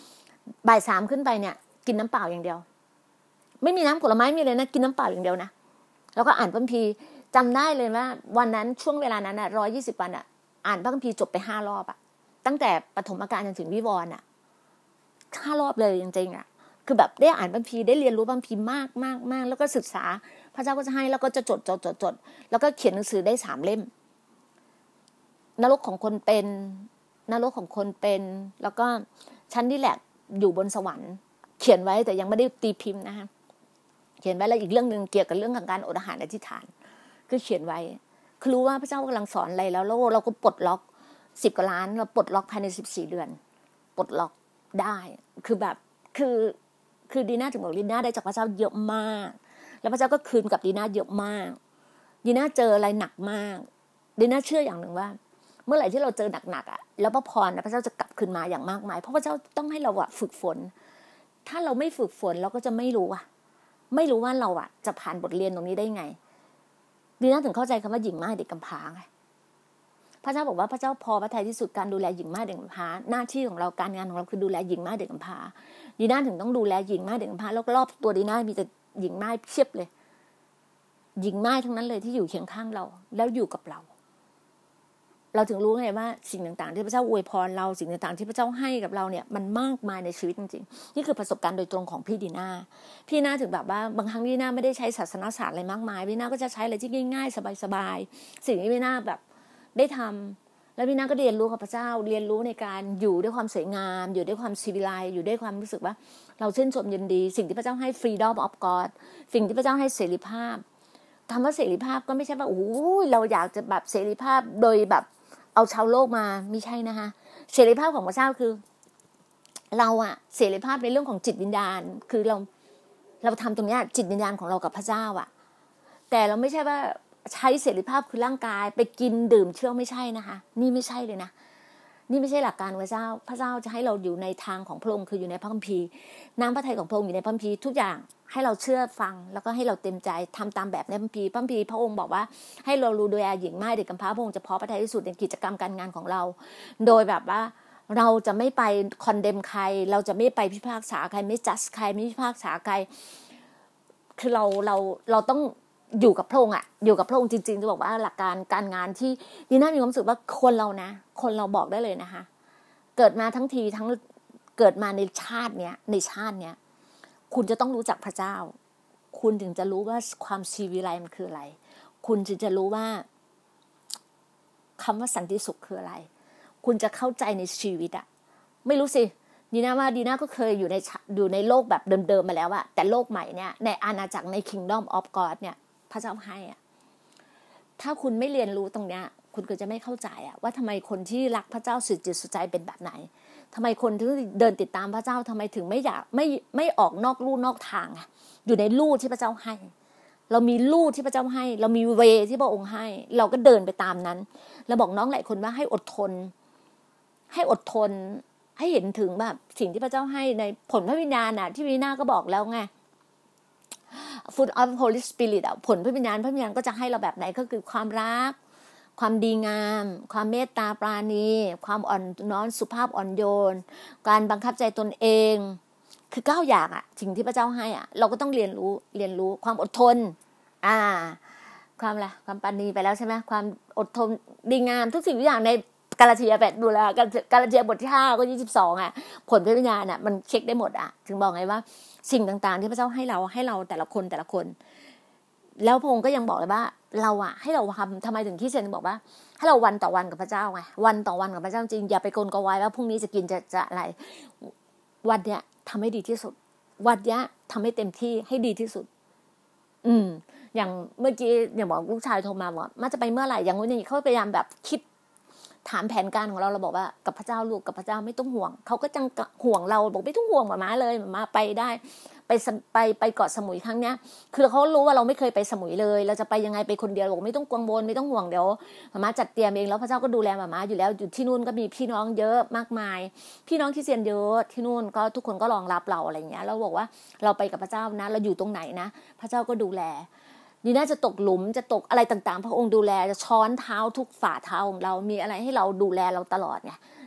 บ่ายสามขึ้นไปเนี่ยกินน้ำเปล่าอย่างเดียวไม่มีน้ำผลไม้มีเลยนะกินน้ำเปล่าอย่างเดียวนะแล้วก็อ่านพระคัมภีร์จำได้เลยว่าวันนั้นช่วงเวลานั้นอ่ะร้อยยี่สิบวันอ่ะอ่านพระคัมภีร์จบไปห้ารอบอ่ะตั้งแต่ปฐมกาลจนถึงวิวรณ์อ่ะห้ารอบเลยจริงๆอ่ะคือแบบได้อ่านพระคัมภีร์ได้เรียนรู้พระคัมภีร์มากมากมากแล้วก็ศึกษาพระเจ้าก็จะให้แล้วก็จะจดจดจดจดแล้วก็เขียนหนังสือได้สามเล่มนรกของคนเป็นนรกของคนเป็นแล้วก็ฉันนี่แหละอยู่บนสวรรค์เขียนไว้แต่ยังไม่ได้ตีพิมพ์นะคะเขียนไว้แล้วอีกเรื่องนึงเกี่ยวกับเรื่องของการอดอาหารอธิษฐานคือเขียนไว้คือรู้ว่าพระเจ้ากำลังสอนอะไรแล้วแล้วเราก็ปลดล็อกสิบกว่าล้านเราปลดล็อกภายในสิบสี่เดือนปลดล็อกได้คือแบบคือคือดีน่าถึงบอกดีน่าได้จากพระเจ้าเยอะมากแล้วพระเจ้าก็คืนกับดีน่าเยอะมากดีน่าเจออะไรหนักมากดีน่าเชื่ออย่างหนึ่งว่าเมื่อไหร่ที่เราเจอหนักๆอ่ะแล้วพระพรพระเจ้าจะกลับคืนมาอย่างมากมายเพราะพระเจ้าต้องให้เราอ่ะฝึกฝนถ้าเราไม่ฝึกฝนเราก็จะไม่รู้อ่ะไม่รู้ว่าเราอ่ะจะผ่านบทเรียนตรงนี้ได้ไงดีน่าถึงเข้าใจคำว่าหญิงม่ายเด็กกำพร้าไงพระเจ้าบอกว่าพระเจ้าพอพระทัยที่สุดการดูแลหญิงม่ายเด็กกำพร้าหน้าที่ของเราการงานของเราคือดูแลหญิงม่ายเด็กกำพร้าดีน่าถึงต้องดูแลหญิงม่ายเด็กกำพร้าแล้วรอบตัวดีน่ามีแต่หญิงม่ายเพียบเลยหญิงม่ายทั้งนั้นเลยที่อยู่เคียงข้างเราแล้วอยู่กับเราเราถึงรู้ไงว่าสิ่งต่างๆที่พระเจ้าอวยพรเราสิ่งต่างๆที่พระเจ้าให้กับเราเนี่ยมันมากมายในชีวิตจริงๆนี่คือประสบการณ์โดยตรงของพี่ดีน่าพี่น่าถึงแบบว่าบางครั้งพี่น่าไม่ได้ใช้ศาสนศาสตร์อะไรมากมายพี่น่าก็จะใช้อะไรที่ง่ายๆสบายๆสิ่งที่พี่น่าแบบได้ทำแล้วพี่น่าก็เรียนรู้กับพระเจ้าเรียนรู้ในการอยู่ด้วยความสวยงามอยู่ด้วยความซีวิไลซ์อยู่ด้วยความรู้สึกว่าเราชื่นชมยินดีสิ่งที่พระเจ้าให้ freedom of God สิ่งที่พระเจ้าให้เสรีภาพคำว่าเสรีภาพก็ไม่ใช่ว่าโอ้ยเราอยากจะแบบเสรีภาพโดยแบบเอาชาวโลกมาไม่ใช่นะคะเสรีภาพของพระเจ้าคือเราอะเสรีภาพในเรื่องของจิตวิญญาณคือเราเราทำตรงนี้จิตวิญญาณของเรากับพระเจ้าอะแต่เราไม่ใช่ว่าใช้เสรีภาพคือร่างกายไปกินดื่มเชื่อไม่ใช่นะคะนี่ไม่ใช่เลยนะนี่ไม่ใช่หลักการพระเจ้าพระเจ้าจะให้เราอยู่ในทางของพระองค์คืออยู่ในพระคัมภีร์น้ำพระทัยของพระองค์อยู่ในพระคัมภีร์ทุกอย่างให้เราเชื่อฟังแล้วก็ให้เราเต็มใจทำตามแบบในพระคัมภีร์พระคัมภีร์พระองค์บอกว่าให้เรารู้โดยอาหญิงม่ายเด็กกำพร้าพระองค์จะพอพระทัยที่สุดในกิจกรรมการงานของเราโดยแบบว่าเราจะไม่ไปคอนเดมใครเราจะไม่ไปพิพากษาใครไม่จัดใครไม่พิพากษาใครคือเราเราเราต้องอยู่กับพระองค์อะอยู่กับพระองค์จริงๆจะบอกว่าหลักการการงานที่ดีน่ามีความรู้สึกว่าคนเรานะคนเราบอกได้เลยนะคะเกิดมาทั้งทีทั้งเกิดมาในชาติเนี้ยในชาติเนี้ยคุณจะต้องรู้จักพระเจ้าคุณถึงจะรู้ว่าความชีวิไลมันคืออะไรคุณถึงจะรู้ว่าคำว่าสันติสุขคืออะไรคุณจะเข้าใจในชีวิตอะไม่รู้สิดีน่าว่าดีน่าก็เคยอยู่ในอยู่ในโลกแบบเดิมๆมาแล้วอะแต่โลกใหม่เนี่ยในอาณาจักรใน Kingdom of God เนี่ยพระเจ้าให้อะถ้าคุณไม่เรียนรู้ตรงเนี้ยคุณก็จะไม่เข้าใจอะว่าทำไมคนที่รักพระเจ้าสุดจิตสุดใจเป็นแบบไหนทำไมคนที่เดินติดตามพระเจ้าทำไมถึงไม่อยากไม่ไม่ออกนอกลู่นอกทางอะอยู่ในลู่ที่พระเจ้าให้เรามีลู่ที่พระเจ้าให้เรามีเวที่พระองค์ให้เราก็เดินไปตามนั้นเราบอกน้องหลายคนว่าให้อดทนให้อดทนให้เห็นถึงแบบสิ่งที่พระเจ้าให้ในผลพระวิญญาณน่ะที่วีน่าก็บอกแล้วไง fruit of Holy Spirit อ่ะผลพระวิญญาณพระวิญญาณก็จะให้เราแบบไหนก็คือความรักความดีงามความเมตตาปราณีความอ่อนน้อมสุภาพอ่อนโยนการบังคับใจตนเองคือเก้าอย่างอ่ะสิ่งที่พระเจ้าให้อ่ะเราก็ต้องเรียนรู้เรียนรู้ความอดทนอ่าความอะไรความปราณีไปแล้วใช่ไหมความอดทนดีงามทุกสิ่งทุกอย่างในกาลาเทียแปดดูแลกาลาเทียบทที่ห้าก็ยี่สิบสองอ่ะผลพระวิญญาณอ่ะมันเช็คได้หมดอ่ะถึงบอกไงว่าสิ่งต่างๆที่พระเจ้าให้เราให้เราแต่ละคนแต่ละคนแล้วพระองค์ก็ยังบอกเลยว่าเราอะให้เราทำทำไมถึงที่เซนบอกว่าให้เราวันต่อวันกับพระเจ้าไงวันต่อวันกับพระเจ้าจริงอย่าไปกลกวายว่าพรุ่งนี้จะกินจะจะอะไรวันเนี้ยทำให้ดีที่สุดวันเนี้ยทำให้เต็มที่ให้ดีที่สุดอืมอย่างเมื่อกี้อย่างบอกลูกชายโทรมาบอกมาจะไปเมื่อไหร่อย่างนี้เขาพยายามแบบคิดถามแผนการของเราเราบอกว่ากับพระเจ้าลูกกับพระเจ้าไม่ต้องห่วงเขาก็จังห่วงเราบอกไม่ต้องห่วงหม่าม้าเลยหม่าม้าไปได้ไปไปไปเกาะสมุยครั้งเนี้ยคือเขารู้ว่าเราไม่เคยไปสมุยเลยเราจะไปยังไงไปคนเดียวบอกไม่ต้องกังวลไม่ต้องห่วงเดี๋ยวหม่าม้าจัดเตรียมเองแล้วพระเจ้าก็ดูแลหม่าม้าอยู่แล้วอยู่ที่นู่นก็มีพี่น้องเยอะมากมายพี่น้องคริสเตียนเยอะที่นู่นก็ทุกคนก็รองรับเราอะไรอย่างเงี้ยเราบอกว่าเราไปกับพระเจ้านะเราอยู่ตรงไหนนะพระเจ้าก็ดูแลนี่น่าจะตกหลุมจะตกอะไรต่างๆพระองค์ดูแลจะช้อนเท้าทุกฝ่าเท้าของเรามีอะไรให้เราดูแลเราตลอดไง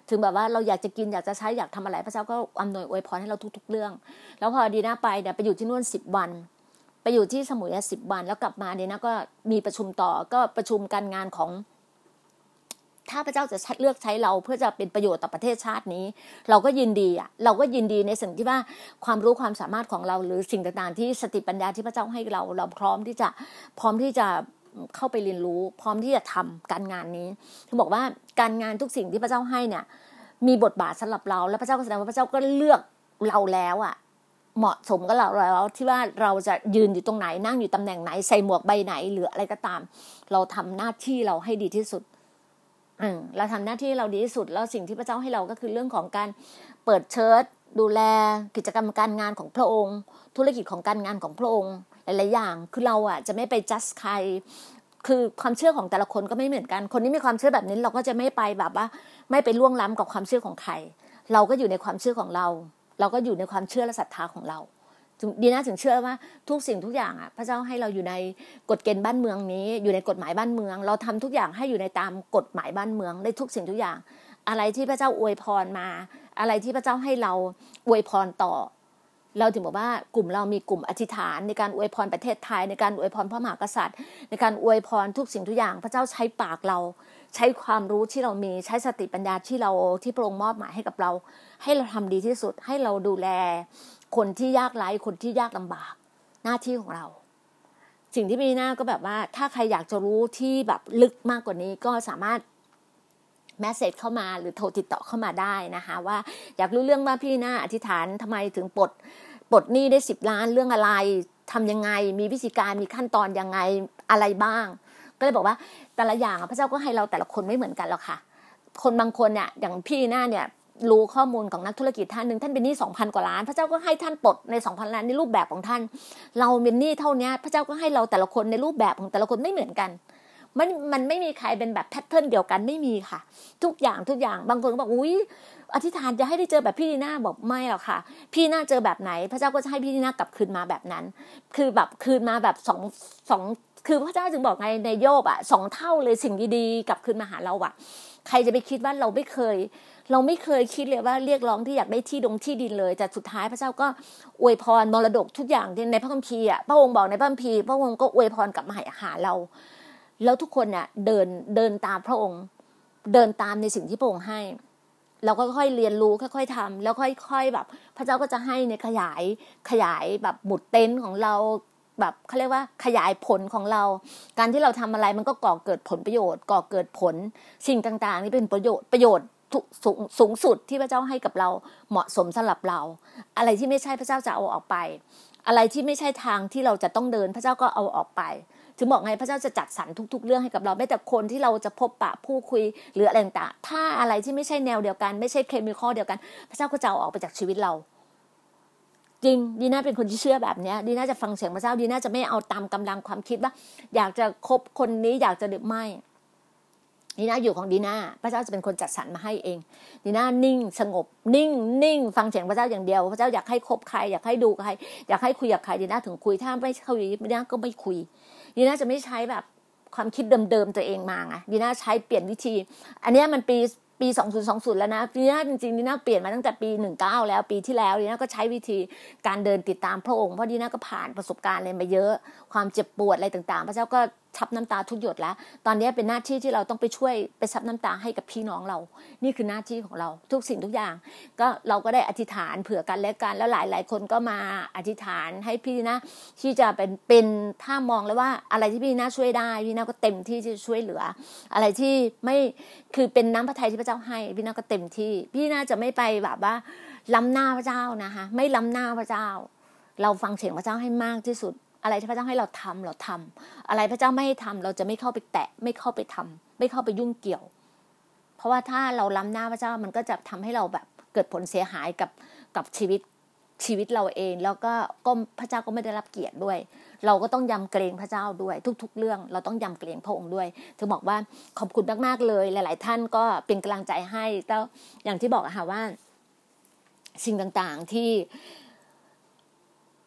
ถึงแบบว่าเราอยากจะกินอยากจะใช้อยากทำอะไรพระเจ้าก็อำนวยอวยพรให้เราทุกๆเรื่องแล้วพอดีน่าไปเนี่ยไปอยู่ที่นู่นสิบวันไปอยู่ที่สมุยสิบวันแล้วกลับมาเนี่ยนะก็มีประชุมต่อก็ประชุมการงานของถ้าพระเจ้าจะเลือกใช้เราเพื่อจะเป็นประโยชน์ต่อประเทศชาตินี้เราก็ยินดีอ่ะเราก็ยินดีในสิ่งที่ว่าความรู้ความสามารถของเราหรือสิ่งต่างๆที่สติปัญญาที่พระเจ้าให้เราเราพร้อมที่จะพร้อมที่จะเข้าไปเรียนรู้พร้อมที่จะทำการงานนี้คือบอกว่าการงานทุกสิ่งที่พระเจ้าให้เนี่ยมีบทบาทสำหรับเราและพระเจ้าก็แสดงว่าพระเจ้าก็เลือกเราแล้วอ่ะเหมาะสมกับเราแล้วที่ว่าเราจะยืนอยู่ตรงไหนนั่งอยู่ตำแหน่งไหนใส่หมวกใบไหนหรืออะไรก็ตามเราทำหน้าที่เราให้ดีที่สุดอืมเราทำหน้าที่เราดีที่สุดแล้วสิ่งที่พระเจ้าให้เราก็คือเรื่องของการเปิดเชิร์ชดูแลกิจกรรมการงานของพระองค์ธุรกิจของการงานของพระองค์หลายๆอย่างคือเราอ่ะจะไม่ไปจัดใครคือความเชื่อของแต่ละคนก็ไม่เหมือนกันคนนี้มีความเชื่อแบบนี้เราก็จะไม่ไปแบบว่าไม่ไปล่วงล้ำกับความเชื่อของใครเราก็อยู่ในความเชื่อของเราเราก็อยู่ในความเชื่อและศรัทธาของเราดีนะถึงเชื่อว่าทุกสิ่งทุกอย่างอ่ะพระเจ้าให้เราอยู่ในกฎเกณฑ์บ้านเมืองนี้อยู่ในกฎหมายบ้านเมืองเราทำทุกอย่างให้อยู่ในตามกฎหมายบ้านเมืองได้ทุกสิ่งทุกอย่างอะไรที่พระเจ้าอวยพรมาอะไรที่พระเจ้าให้เราอวยพรต่อเราถึงบอกว่ากลุ่มเรามีกลุ่มอธิษฐานในการอวยพรประเทศไทยในการอวยพรพระมหากษัตริย์ในการอวยพรทุกสิ่งทุกอย่างพระเจ้าใช้ปากเราใช้ความรู้ที่เรามีใช้สติปัญญาที่เราที่พระองค์มอบหมายให้กับเราให้เราทำดีที่สุดให้เราดูแลคนที่ยากไร้คนที่ยากลำบากหน้าที่ของเราสิ่งที่มีหน้าก็แบบว่าถ้าใครอยากจะรู้ที่แบบลึกมากกว่านี้ก็สามารถแมสเสจเข้ามาหรือโทรติดต่อเข้ามาได้นะคะว่าอยากรู้เรื่องว่าพี่หน้าอธิษฐานทำไมถึงปลดปลดหนี้ได้สิบล้านเรื่องอะไรทำยังไงมีวิธีการมีขั้นตอนยังไงอะไรบ้างก็เลยบอกว่าแต่ละอย่างพระเจ้าก็ให้เราแต่ละคนไม่เหมือนกันหรอกค่ะคนบางคนเนี่ยอย่างพี่หน้าเนี่ยรู้ข้อมูลของนักธุรกิจท่านนึงท่านเป็นหนี้ สองพัน กว่าล้านพระเจ้าก็ให้ท่านปลดใน สองพัน ล้านในรูปแบบของท่านเราเป็นหนี้เท่านี้พระเจ้าก็ให้เราแต่ละคนในรูปแบบของแต่ละคนไม่เหมือนกันมันมันไม่มีใครเป็นแบบแพทเทิร์นเดียวกันไม่มีค่ะทุกอย่างทุกอย่างบางคนก็บอกอุ๊ยอธิษฐานจะให้ได้เจอแบบพี่ดีน่าบอกไม่หรอกค่ะพี่น่าเจอแบบไหนพระเจ้าก็จะให้พี่ดีน่ากลับคืนมาแบบนั้นคือแบบคืนมาแบบสอง สองคือพระเจ้าจึงบอกไงในโยบอ่ะสองเท่าเลยสิ่งดีๆกลับคืนมาหาเราอ่ะใครจะไปคิดว่าเราไม่เคยเราไม่เคยคิดเลยว่าเรียกร้องที่อยากได้ที่ดงที่ดินเลยแต่สุดท้ายพระเจ้าก็อวยพรมรดกทุกอย่างในพระคัมภีร์อ่ะพระองค์บอกในพระคัมภีร์พระองค์ก็อวยพรกลับมาหาเราแล้วทุกคนเนี่ยเดินเดินตามพระองค์เดินตามในสิ่งที่พระองค์ให้เราก็ค่อยเรียนรู้ค่อยๆทำแล้วค่อยๆแบบพระเจ้าก็จะให้ในขยายขยายแบบหมุดเต็นท์ของเราแบบเขาเรียกว่าขยายผลของเราการที่เราทำอะไรมันก็ก่อเกิดผลประโยชน์ก่อเกิดผลสิ่งต่างๆนี่เป็นประโยชน์ประโยชน์สูงสูงสุดที่พระเจ้าให้กับเราเหมาะสมสำหรับเราอะไรที่ไม่ใช่พระเจ้าจะเอาออกไปอะไรที่ไม่ใช่ทางที่เราจะต้องเดินพระเจ้าก็เอาออกไปถึงบอกไงพระเจ้าจะจัดสรรทุกๆเรื่องให้กับเราแม้แต่คนที่เราจะพบปะผู้คุยหรืออะไรต่างๆถ้าอะไรที่ไม่ใช่แนวเดียวกันไม่ใช่เคมีคอลเดียวกันพระเจ้าก็จะเอาออกไปจากชีวิตเราจริงดีน่าเป็นคนที่เชื่อแบบนี้ดีน่าจะฟังเสียงพระเจ้าดีน่าจะไม่เอาตามกำลังความคิดว่าอยากจะคบคนนี้อยากจะหรือไม่ดีน่าอยู่ของดีน่าพระเจ้าจะเป็นคนจัดสรรมาให้เองดีน่านิ่งสงบนิ่งนิ่งฟังเสียงพระเจ้าอย่างเดียวพระเจ้าอยากให้คบใครอยากให้ดูใครอยากให้คุยกับใครดีน่าถึงคุยถ้าไม่คุยดีน่าก็ไม่คุยดีน่าจะไม่ใช้แบบความคิดเดิมๆตัวเองมาไงดีน่าใช้เปลี่ยนวิธีอันนี้มันปีปีสองพันยี่สิบแล้วนะดีน่าจริงๆดีน่าเปลี่ยนมาตั้งแต่ปีสิบเก้าแล้วปีที่แล้วดีน่าก็ใช้วิธีการเดินติดตามพระองค์เพราะดีน่าก็ผ่านประสบการณ์อะไรมาเยอะความเจ็บปวดอะไรต่างๆพระเจ้าก็ซับน้ำตาทุกหยดแล้วตอนนี้เป็นหน้าที่ที่เราต้องไปช่วยไปซับน้ำตาให้กับพี่น้องเรานี่คือหน้าที่ของเราทุกสิ่งทุกอย่างก็เราก็ได้อธิษฐานเผื่อกันและกันแล้วหลายๆคนก็มาอธิษฐานให้พี่นะที่จะเป็นเป็นถ้ามองแล้วว่าอะไรที่พี่นะช่วยได้พี่นะก็เต็มที่ที่จะช่วยเหลืออะไรที่ไม่คือเป็นน้ำพระทัยที่พระเจ้าให้พี่นะก็เต็มที่พี่นะจะไม่ไปแบบว่าล้ำหน้าพระเจ้านะคะไม่ล้ำหน้าพระเจ้าเราฟังเสียงพระเจ้าให้มากที่สุดอะไรที่พระเจ้าให้เราทำเราทำอะไรพระเจ้าไม่ให้ทำเราจะไม่เข้าไปแตะไม่เข้าไปทำไม่เข้าไปยุ่งเกี่ยวเพราะว่าถ้าเราล้ำหน้าพระเจ้ามันก็จะทำให้เราแบบเกิดผลเสียหายกับกับชีวิตชีวิตเราเองแล้วก็ก็พระเจ้าก็ไม่ได้รับเกียรติด้วยเราก็ต้องยำเกรงพระเจ้าด้วยทุกๆเรื่องเราต้องยำเกรงพระองค์ด้วยถึงบอกว่าขอบคุณมากๆเลยหลายๆท่านก็เป็นกำลังใจให้แล้วอย่างที่บอกอะค่ะว่าสิ่งต่างๆที่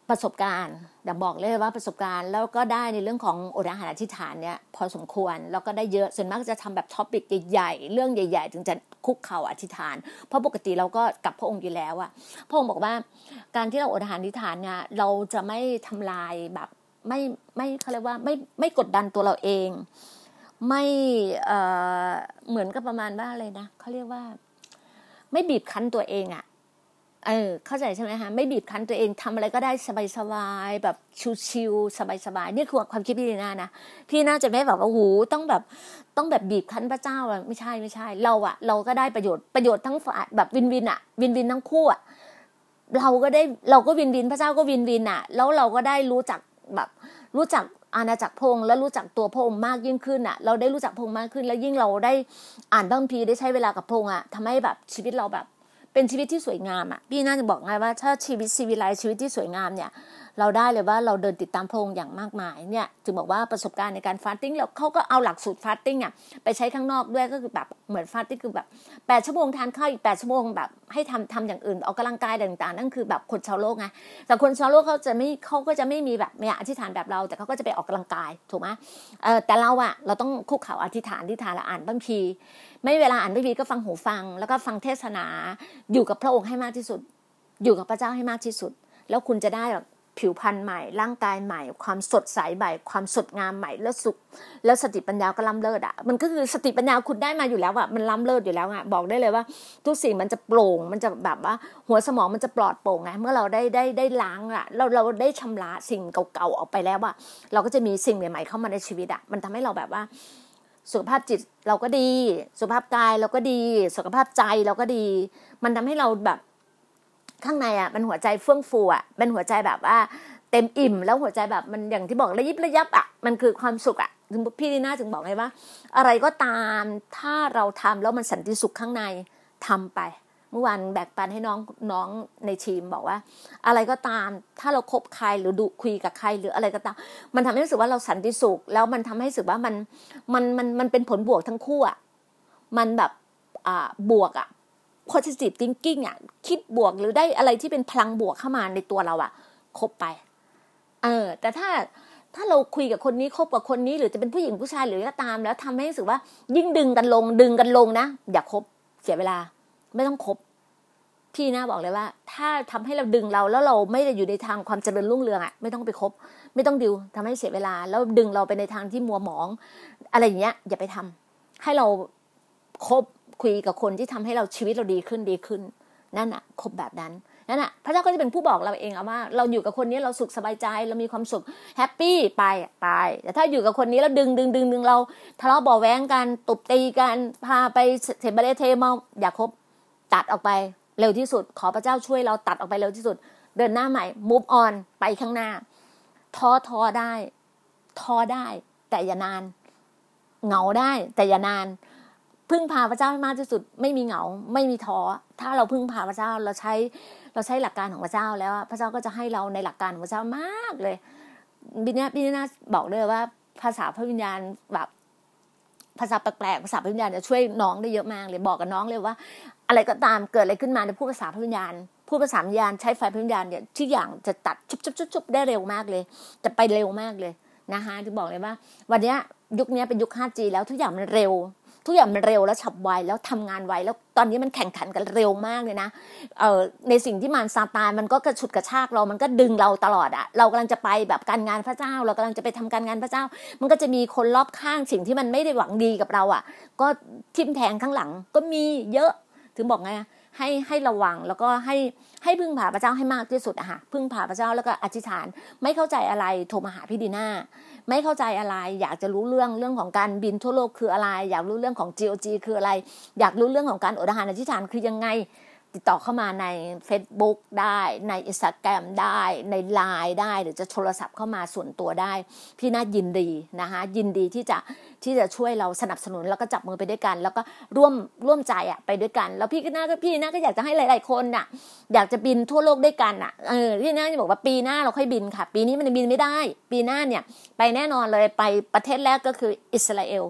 ประสบการณ์อยากบอกเลยว่าประสบการณ์แล้วก็ได้ในเรื่องของอดอาหารอธิษฐานเนี่ยพอสมควรแล้วก็ได้เยอะส่วนมากจะทำแบบท็อปิกใหญ่ๆเรื่องใหญ่ๆถึงจะคุกเข่าอธิษฐานเพราะปกติเราก็กับพระองค์อยู่แล้วอะพระองค์บอกว่าการที่เราอดอาหารอธิษฐานเนี่ยเราจะไม่ทำลายแบบไม่ไม่เขาเรียกว่าไม่ไม่กดดันตัวเราเองไม่เอ่อเหมือนกับประมาณว่าอะไรนะเขาเรียกว่าไม่บีบคั้นตัวเองอะเออเข้าใจใช่ไหมคะไม่บีบคั้นตัวเองทำอะไรก็ได้สบายๆแบบชิลๆสบายๆนี่คือความคิดพี่ดีน่านะพี่น่าจะไม่แบบว่าโอ้โหต้องแบบต้องแบบบีบคั้นพระเจ้าอะไม่ใช่ไม่ใช่เราอะเราก็ได้ประโยชน์ประโยชน์ทั้งฝ่ายแบบวินวินอะวินวินทั้งคู่อะเราก็ได้เราก็วินวินพระเจ้าก็วินวินอะแล้วเราก็ได้รู้จักแบบรู้จักอาณาจักรพระองค์และรู้จักตัวพระองค์มากยิ่งขึ้นอ่ะเราได้รู้จักพระองค์มากขึ้นแล้วยิ่งเราได้อ่านพระคัมภีร์ได้ใช้เวลากับพระองค์อ่ะทำให้แบบชีวิตเราแบบเป็นชีวิตที่สวยงามอ่ะพี่น่าจะบอกไงว่าถ้าชีวิตชีวิตไลฟ์ชีวิตที่สวยงามเนี่ยเราได้เลยว่าเราเดินติดตามพระองค์อย่างมากมายเนี่ยจึงบอกว่าประสบการณ์ในการฟาสติ้งแล้วเขาก็เอาหลักสูตรฟาสติ้งอ่ะไปใช้ข้างนอกด้วยก็คือแบบเหมือนฟาสติ้งคือแบบแปดชั่วโมงทานข้าวอีกแปดชั่วโมงแบบให้ทำทำอย่างอื่นออกกำลังกายต่างๆนั่นคือแบบคนชาวโลกไงแต่คนชาวโลกเขาจะไม่เขาก็จะไม่มีแบบเนี่ยอธิษฐานแบบเราแต่เขาก็จะไปออกกำลังกายถูกไหมเออแต่เราอ่ะเราต้องคุกเข่าอธิษฐานอธิษฐานและอ่านพระคัมภีร์ไม่เวลาอ่านพระคัมภีร์ก็ฟังหูฟังแล้วก็ฟังเทศนาอยู่กับพระองค์ให้มากที่สุดอยู่กับพระเจ้าให้มากที่สุดแล้วคุณจะได้แบบผิวพรรณใหม่ร่างกายใหม่ความสดใสใหม่ความสดงามใหม่แล้วสุขแล้วสติปัญญาก็ล้ำเลิศอ่ะมันก็คือสติปัญญาคุณได้มาอยู่แล้วอ่ะมันล้ำเลิศอยู่แล้วอ่ะบอกได้เลยว่าทุกสิ่งมันจะโปร่งมันจะแบบว่าหัวสมองมันจะปลอดโปร่งไงเมื่อเราได้ได้ได้ล้างอ่ะเราเราได้ชำระสิ่งเก่าๆออกไปแล้วอ่ะเราก็จะมีสิ่งใหม่ๆเข้ามาในชีวิตอ่ะมันทำให้เราแบบว่าสุขภาพจิตเราก็ดีสุขภาพกายเราก็ดีสุขภาพใจเราก็ดีมันทำให้เราแบบข้างในอ่ะมันหัวใจเฟื่องฟูอ่ะเป็นหัวใจแบบว่าเต็มอิ่มแล้วหัวใจแบบมันอย่างที่บอกระยิบระยับอ่ะมันคือความสุขอ่ะพี่ดีน่าถึงบอกไงว่าอะไรก็ตามถ้าเราทำแล้วมันสันติสุขข้างในทำไปเมื่อวานแบ่งปันให้น้องน้องในทีมบอกว่าอะไรก็ตามถ้าเราคบใครหรือดูคุยกับใครหรืออะไรก็ตามมันทำให้รู้สึกว่าเราสันติสุขแล้วมันทำให้รู้สึกว่ามันมันมันมันเป็นผลบวกทั้งคู่อ่ะมันแบบอ่าบวกอ่ะ positive thinking อ่ะคิดบวกหรือได้อะไรที่เป็นพลังบวกเข้ามาในตัวเราอ่ะคบไปเออแต่ถ้าถ้าเราคุยกับคนนี้คบกับคนนี้หรือจะเป็นผู้หญิงผู้ชายหรือก็ตามแล้วทำให้รู้สึกว่ายิ่งดึงกันลงดึงกันลงนะอย่าคบเสียเวลาไม่ต้องคบพี่นะบอกเลยว่าถ้าทำให้เราดึงเราแล้วเราไม่ได้อยู่ในทางความเจริญรุ่งเรืองอ่ะไม่ต้องไปคบไม่ต้องดิวทำให้เสียเวลาแล้วดึงเราไปในทางที่มัวหมองอะไรอย่างเงี้ยอย่าไปทำให้เราคบคุยกับคนที่ทำให้เราชีวิตเราดีขึ้นดีขึ้นนั่นอ่ะคบแบบนั้นนั่นน่ะพระเจ้าก็จะเป็นผู้บอกเราเองเอาว่าเราอยู่กับคนนี้เราสุขสบายใจเรามีความสุขแฮปปี้ไปไปแต่ถ้าอยู่กับคนนี้แล้วดึงดึงดึงดึงเราทะเลาะเบาะแว้งกันตบตีกันพาไปเทบะเลเทเมาอย่าคบตัดออกไปเร็วที่สุดขอพระเจ้าช่วยเราตัดออกไปเร็วที่สุดเดินหน้าใหม่ move on ไปข้างหน้าท้อท้อได้ท้อได้แต่อย่านานเหงาได้แต่อย่านานพึ่งพาพระเจ้าให้มากที่สุดไม่มีเหงาไม่มีท้อถ้าเราพึ่งพาพระเจ้าเราใช้เราใช้หลักการของพระเจ้าแล้วพระเจ้าก็จะให้เราในหลักการของพระเจ้ามากเลยบิเนี้ยบิเนี้ยบอกเลยว่าภาษาพระวิญญาณแบบภาษาแปลกๆภาษาพระวิญญาณจะช่วยน้องได้เยอะมากเลยบอกกับน้องเลยว่าอะไรก็ตามเกิดอะไรขึ้นมาในพูดภาษาพระวิญญาณพูดภาษาวิญญาณใช้ไฟพระวิญญาณเนี่ยทุกอย่างจะตัดชุบๆๆได้เร็วมากเลยจะไปเร็วมากเลยนะคะที่บอกเลยว่าวันนี้ยุคนี้เป็นยุค ห้าจี แล้วทุกอย่างมันเร็วทุกอย่างมันเร็วแล้วฉับไวแล้วทำงานไวแล้วตอนนี้มันแข่งขันกันเร็วมากเลยนะเอ่อในสิ่งที่มารซาตานมันก็กระฉุดกระชากเรามันก็ดึงเราตลอดอะเรากำลังจะไปแบบการงานพระเจ้าเรากำลังจะไปทำการงานพระเจ้ามันก็จะมีคนรอบข้างสิ่งที่มันไม่ได้หวังดีกับเราอะก็ทิ่มแทงข้างหลังก็มีเยอะถึงบอกไงให้ให้ระวังแล้วก็ให้ให้พึ่งพาพระเจ้าให้มากที่สุดอะค่ะพึ่งพาพระเจ้าแล้วก็อธิษฐานไม่เข้าใจอะไรโทรมาหาพี่ดีน่าไม่เข้าใจอะไรอยากจะรู้เรื่องเรื่องของการบินทั่วโลกคืออะไรอยากรู้เรื่องของ จี โอ จี คืออะไรอยากรู้เรื่องของการอดอาหารอธิษฐานคือยังไงติดต่อเข้ามาใน Facebook ได้ใน Instagram ได้ใน ไลน์ ได้หรือจะโทรศัพท์เข้ามาส่วนตัวได้พี่น่ายินดีนะคะยินดีที่จะที่จะช่วยเราสนับสนุนแล้วก็จับมือไปด้วยกันแล้วก็ร่วมร่วมใจอ่ะไปด้วยกันแล้วพี่ก็น่าก็พี่น่าก็อยากจะให้หลายๆคนน่ะอยากจะบินทั่วโลกด้วยกันน่ะเออพี่น่าจะบอกว่าปีหน้าเราค่อยบินค่ะปีนี้มันบินไม่ได้ปีหน้าเนี่ยไปแน่นอนเลยไปประเทศแรกก็คืออิสราเอล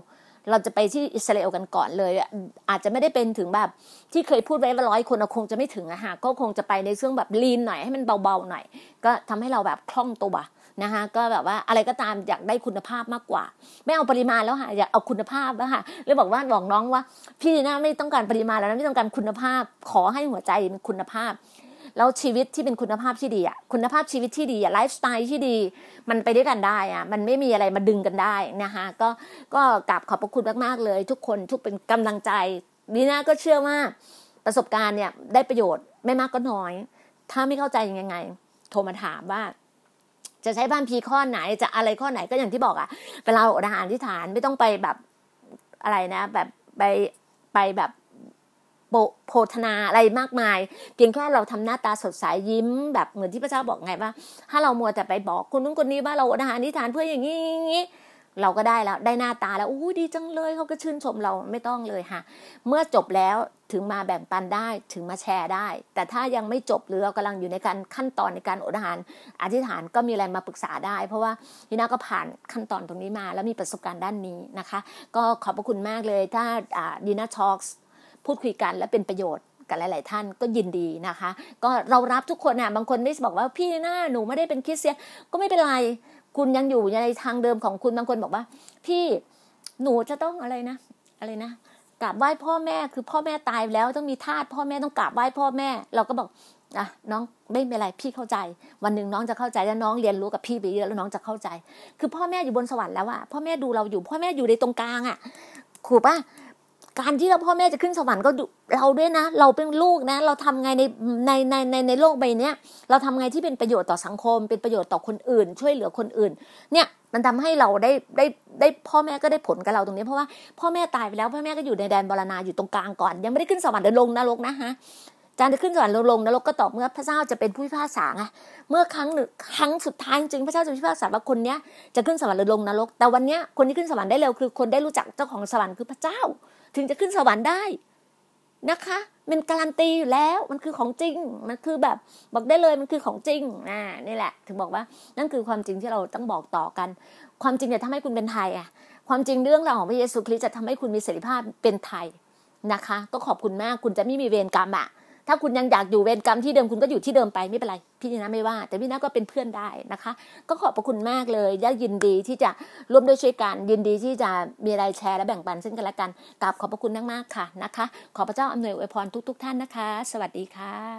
เราจะไปที่อิสราเอลกันก่อนเลยอาจจะไม่ได้เป็นถึงแบบที่เคยพูดไว้ว่าร้อยคนคงจะไม่ถึงอะฮะก็คงจะไปในเรื่องแบบลีนหน่อยให้มันเบาๆหน่อยก็ทำให้เราแบบคล่องตัวนะคะก็แบบว่าอะไรก็ตามอยากได้คุณภาพมากกว่าไม่เอาปริมาณแล้วค่ะอยากเอาคุณภาพแล้วค่ะเลยบอกว่าบอกน้องว่าพี่น่าไม่ต้องการปริมาณแล้วนะไม่ต้องการคุณภาพขอให้หัวใจเป็นคุณภาพแล้วชีวิตที่เป็นคุณภาพที่ดีอ่ะคุณภาพชีวิตที่ดีอ่ะไลฟ์สไตล์ที่ดีมันไปด้วยกันได้อ่ะมันไม่มีอะไรมาดึงกันได้นะคะก็ก็กราบขอบพระคุณมากๆเลยทุกคนทุกเป็นกำลังใจดีนะก็เชื่อว่าประสบการณ์เนี่ยได้ประโยชน์ไม่มากก็น้อยถ้าไม่เข้าใจยังไงโทรมาถามว่าจะใช้บ้านพีข้อไหนจะอะไรข้อไหนก็อย่างที่บอกอ่ะเวลาอดอาหารที่ฐานไม่ต้องไปแบบอะไรนะแบบไปไปแบบโภชนาอะไรมากมายเพียงแค่เราทำหน้าตาสดใสยิ้มแบบเหมือนที่พระเจ้าบอกไงว่าถ้าเรามัวแต่ไปบอกคนนู้นคนนี้ว่าเราอดอาหารที่ฐานเพื่ออย่างนี้เราก็ได้แล้วได้หน้าตาแล้วอู้ดีจังเลยเขาก็ชื่นชมเราไม่ต้องเลยค่ะเมื่อจบแล้วถึงมาแบ่งปันได้ถึงมาแชร์ได้แต่ถ้ายังไม่จบหรือเรากำลังอยู่ในการขั้นตอนในการอดอาหารอธิษฐานก็มีอะไรมาปรึกษาได้เพราะว่าดีน่าก็ผ่านขั้นตอนตรงนี้มาแล้วมีประสบการณ์ด้านนี้นะคะก็ขอบพระคุณมากเลยถ้าดีน่าทอล์กพูดคุยกันและเป็นประโยชน์กับหลายๆท่านก็ยินดีนะคะก็เรารับทุกคนนะบางคนไม่บอกว่าพี่น่าหนูไม่ได้เป็นคริสเตียนก็ไม่เป็นไรคุณยังอยู่ในทางเดิมของคุณบางคนบอกว่าพี่หนูจะต้องอะไรนะอะไรนะกราบไหว้พ่อแม่คือพ่อแม่ตายแล้วต้องมีทาสพ่อแม่ต้องกราบไหว้พ่อแม่เราก็บอกอ่ะน้องไม่เป็นไรพี่เข้าใจวันหนึ่งน้องจะเข้าใจแล้วน้องเรียนรู้กับพี่ไปเยอะแล้วน้องจะเข้าใจคือพ่อแม่อยู่บนสวรรค์แล้วอะพ่อแม่ดูเราอยู่พ่อแม่อยู่ในตรงกลางอะถูกป่ะการที่เราพ่อแม่จะขึ้นสวรรค์ก็เราด้วยนะเราเป็นลูกนะเราทำไงในในในในในโลกใบนี้เราทำไงที่เป็นประโยชน์ต่อสังคมเป็นประโยชน์ต่อคนอื่นช่วยเหลือคนอื่นเนี่ยมันทำให้เราได้ได้ได้พ่อแม่ก็ได้ผลกับเราตรงนี้เพราะว่าพ่อแม่ตายไปแล้วพ่อแม่ก็อยู่ในแดนบรณาอยู่ตรงกลางก่อนยังไม่ได้ขึ้นสวรรค์หรือลงนรกนะฮะจานจะขึ้นสวรรค์หรือลงนรกก็ต่อเมื่อพระเจ้าจะเป็นผู้พิพากษาไงเมื่อครั้งหนึ่งครั้งสุดท้ายจริงพระเจ้าจะพิพากษาว่าคนเนี้ยจะขึ้นสวรรค์หรือลงนรกแต่วันเนี้ยคนที่ขึ้นสวรรค์ได้เร็วคือคนได้รู้จักเจ้าของสวรรค์คือพระเจ้าถึงจะขึ้นสวรรค์ได้นะคะมันการันตีอยู่แล้วมันคือของจริงมันคือแบบบอกได้เลยมันคือของจริงอ่านี่แหละถึงบอกว่านั่นคือความจริงที่เราต้องบอกต่อกันความจริงจะทำให้คุณเป็นไทยอ่ะความจริงเรื่องราวของพระเยซูคริสต์จะทำให้คุณมีเสรีภาพเป็นไทยนะคะก็ขอบคุณมากคุณจะไม่มีเวรกรรมอ่ะถ้าคุณยังอยากอยู่เวรกรรมที่เดิมคุณก็อยู่ที่เดิมไปไม่เป็นไรพี่นะไม่ว่าแต่พี่นะก็เป็นเพื่อนได้นะคะก็ขอบพระคุณมากเลยและยินดีที่จะร่วมด้วยช่วยกันยินดีที่จะมีรายแชร์และแบ่งปันซึ่งกันและกันกราบขอบพระคุณมากๆค่ะนะคะขอพระเจ้าอำนวยอวยพรทุกๆท่านนะคะสวัสดีค่ะ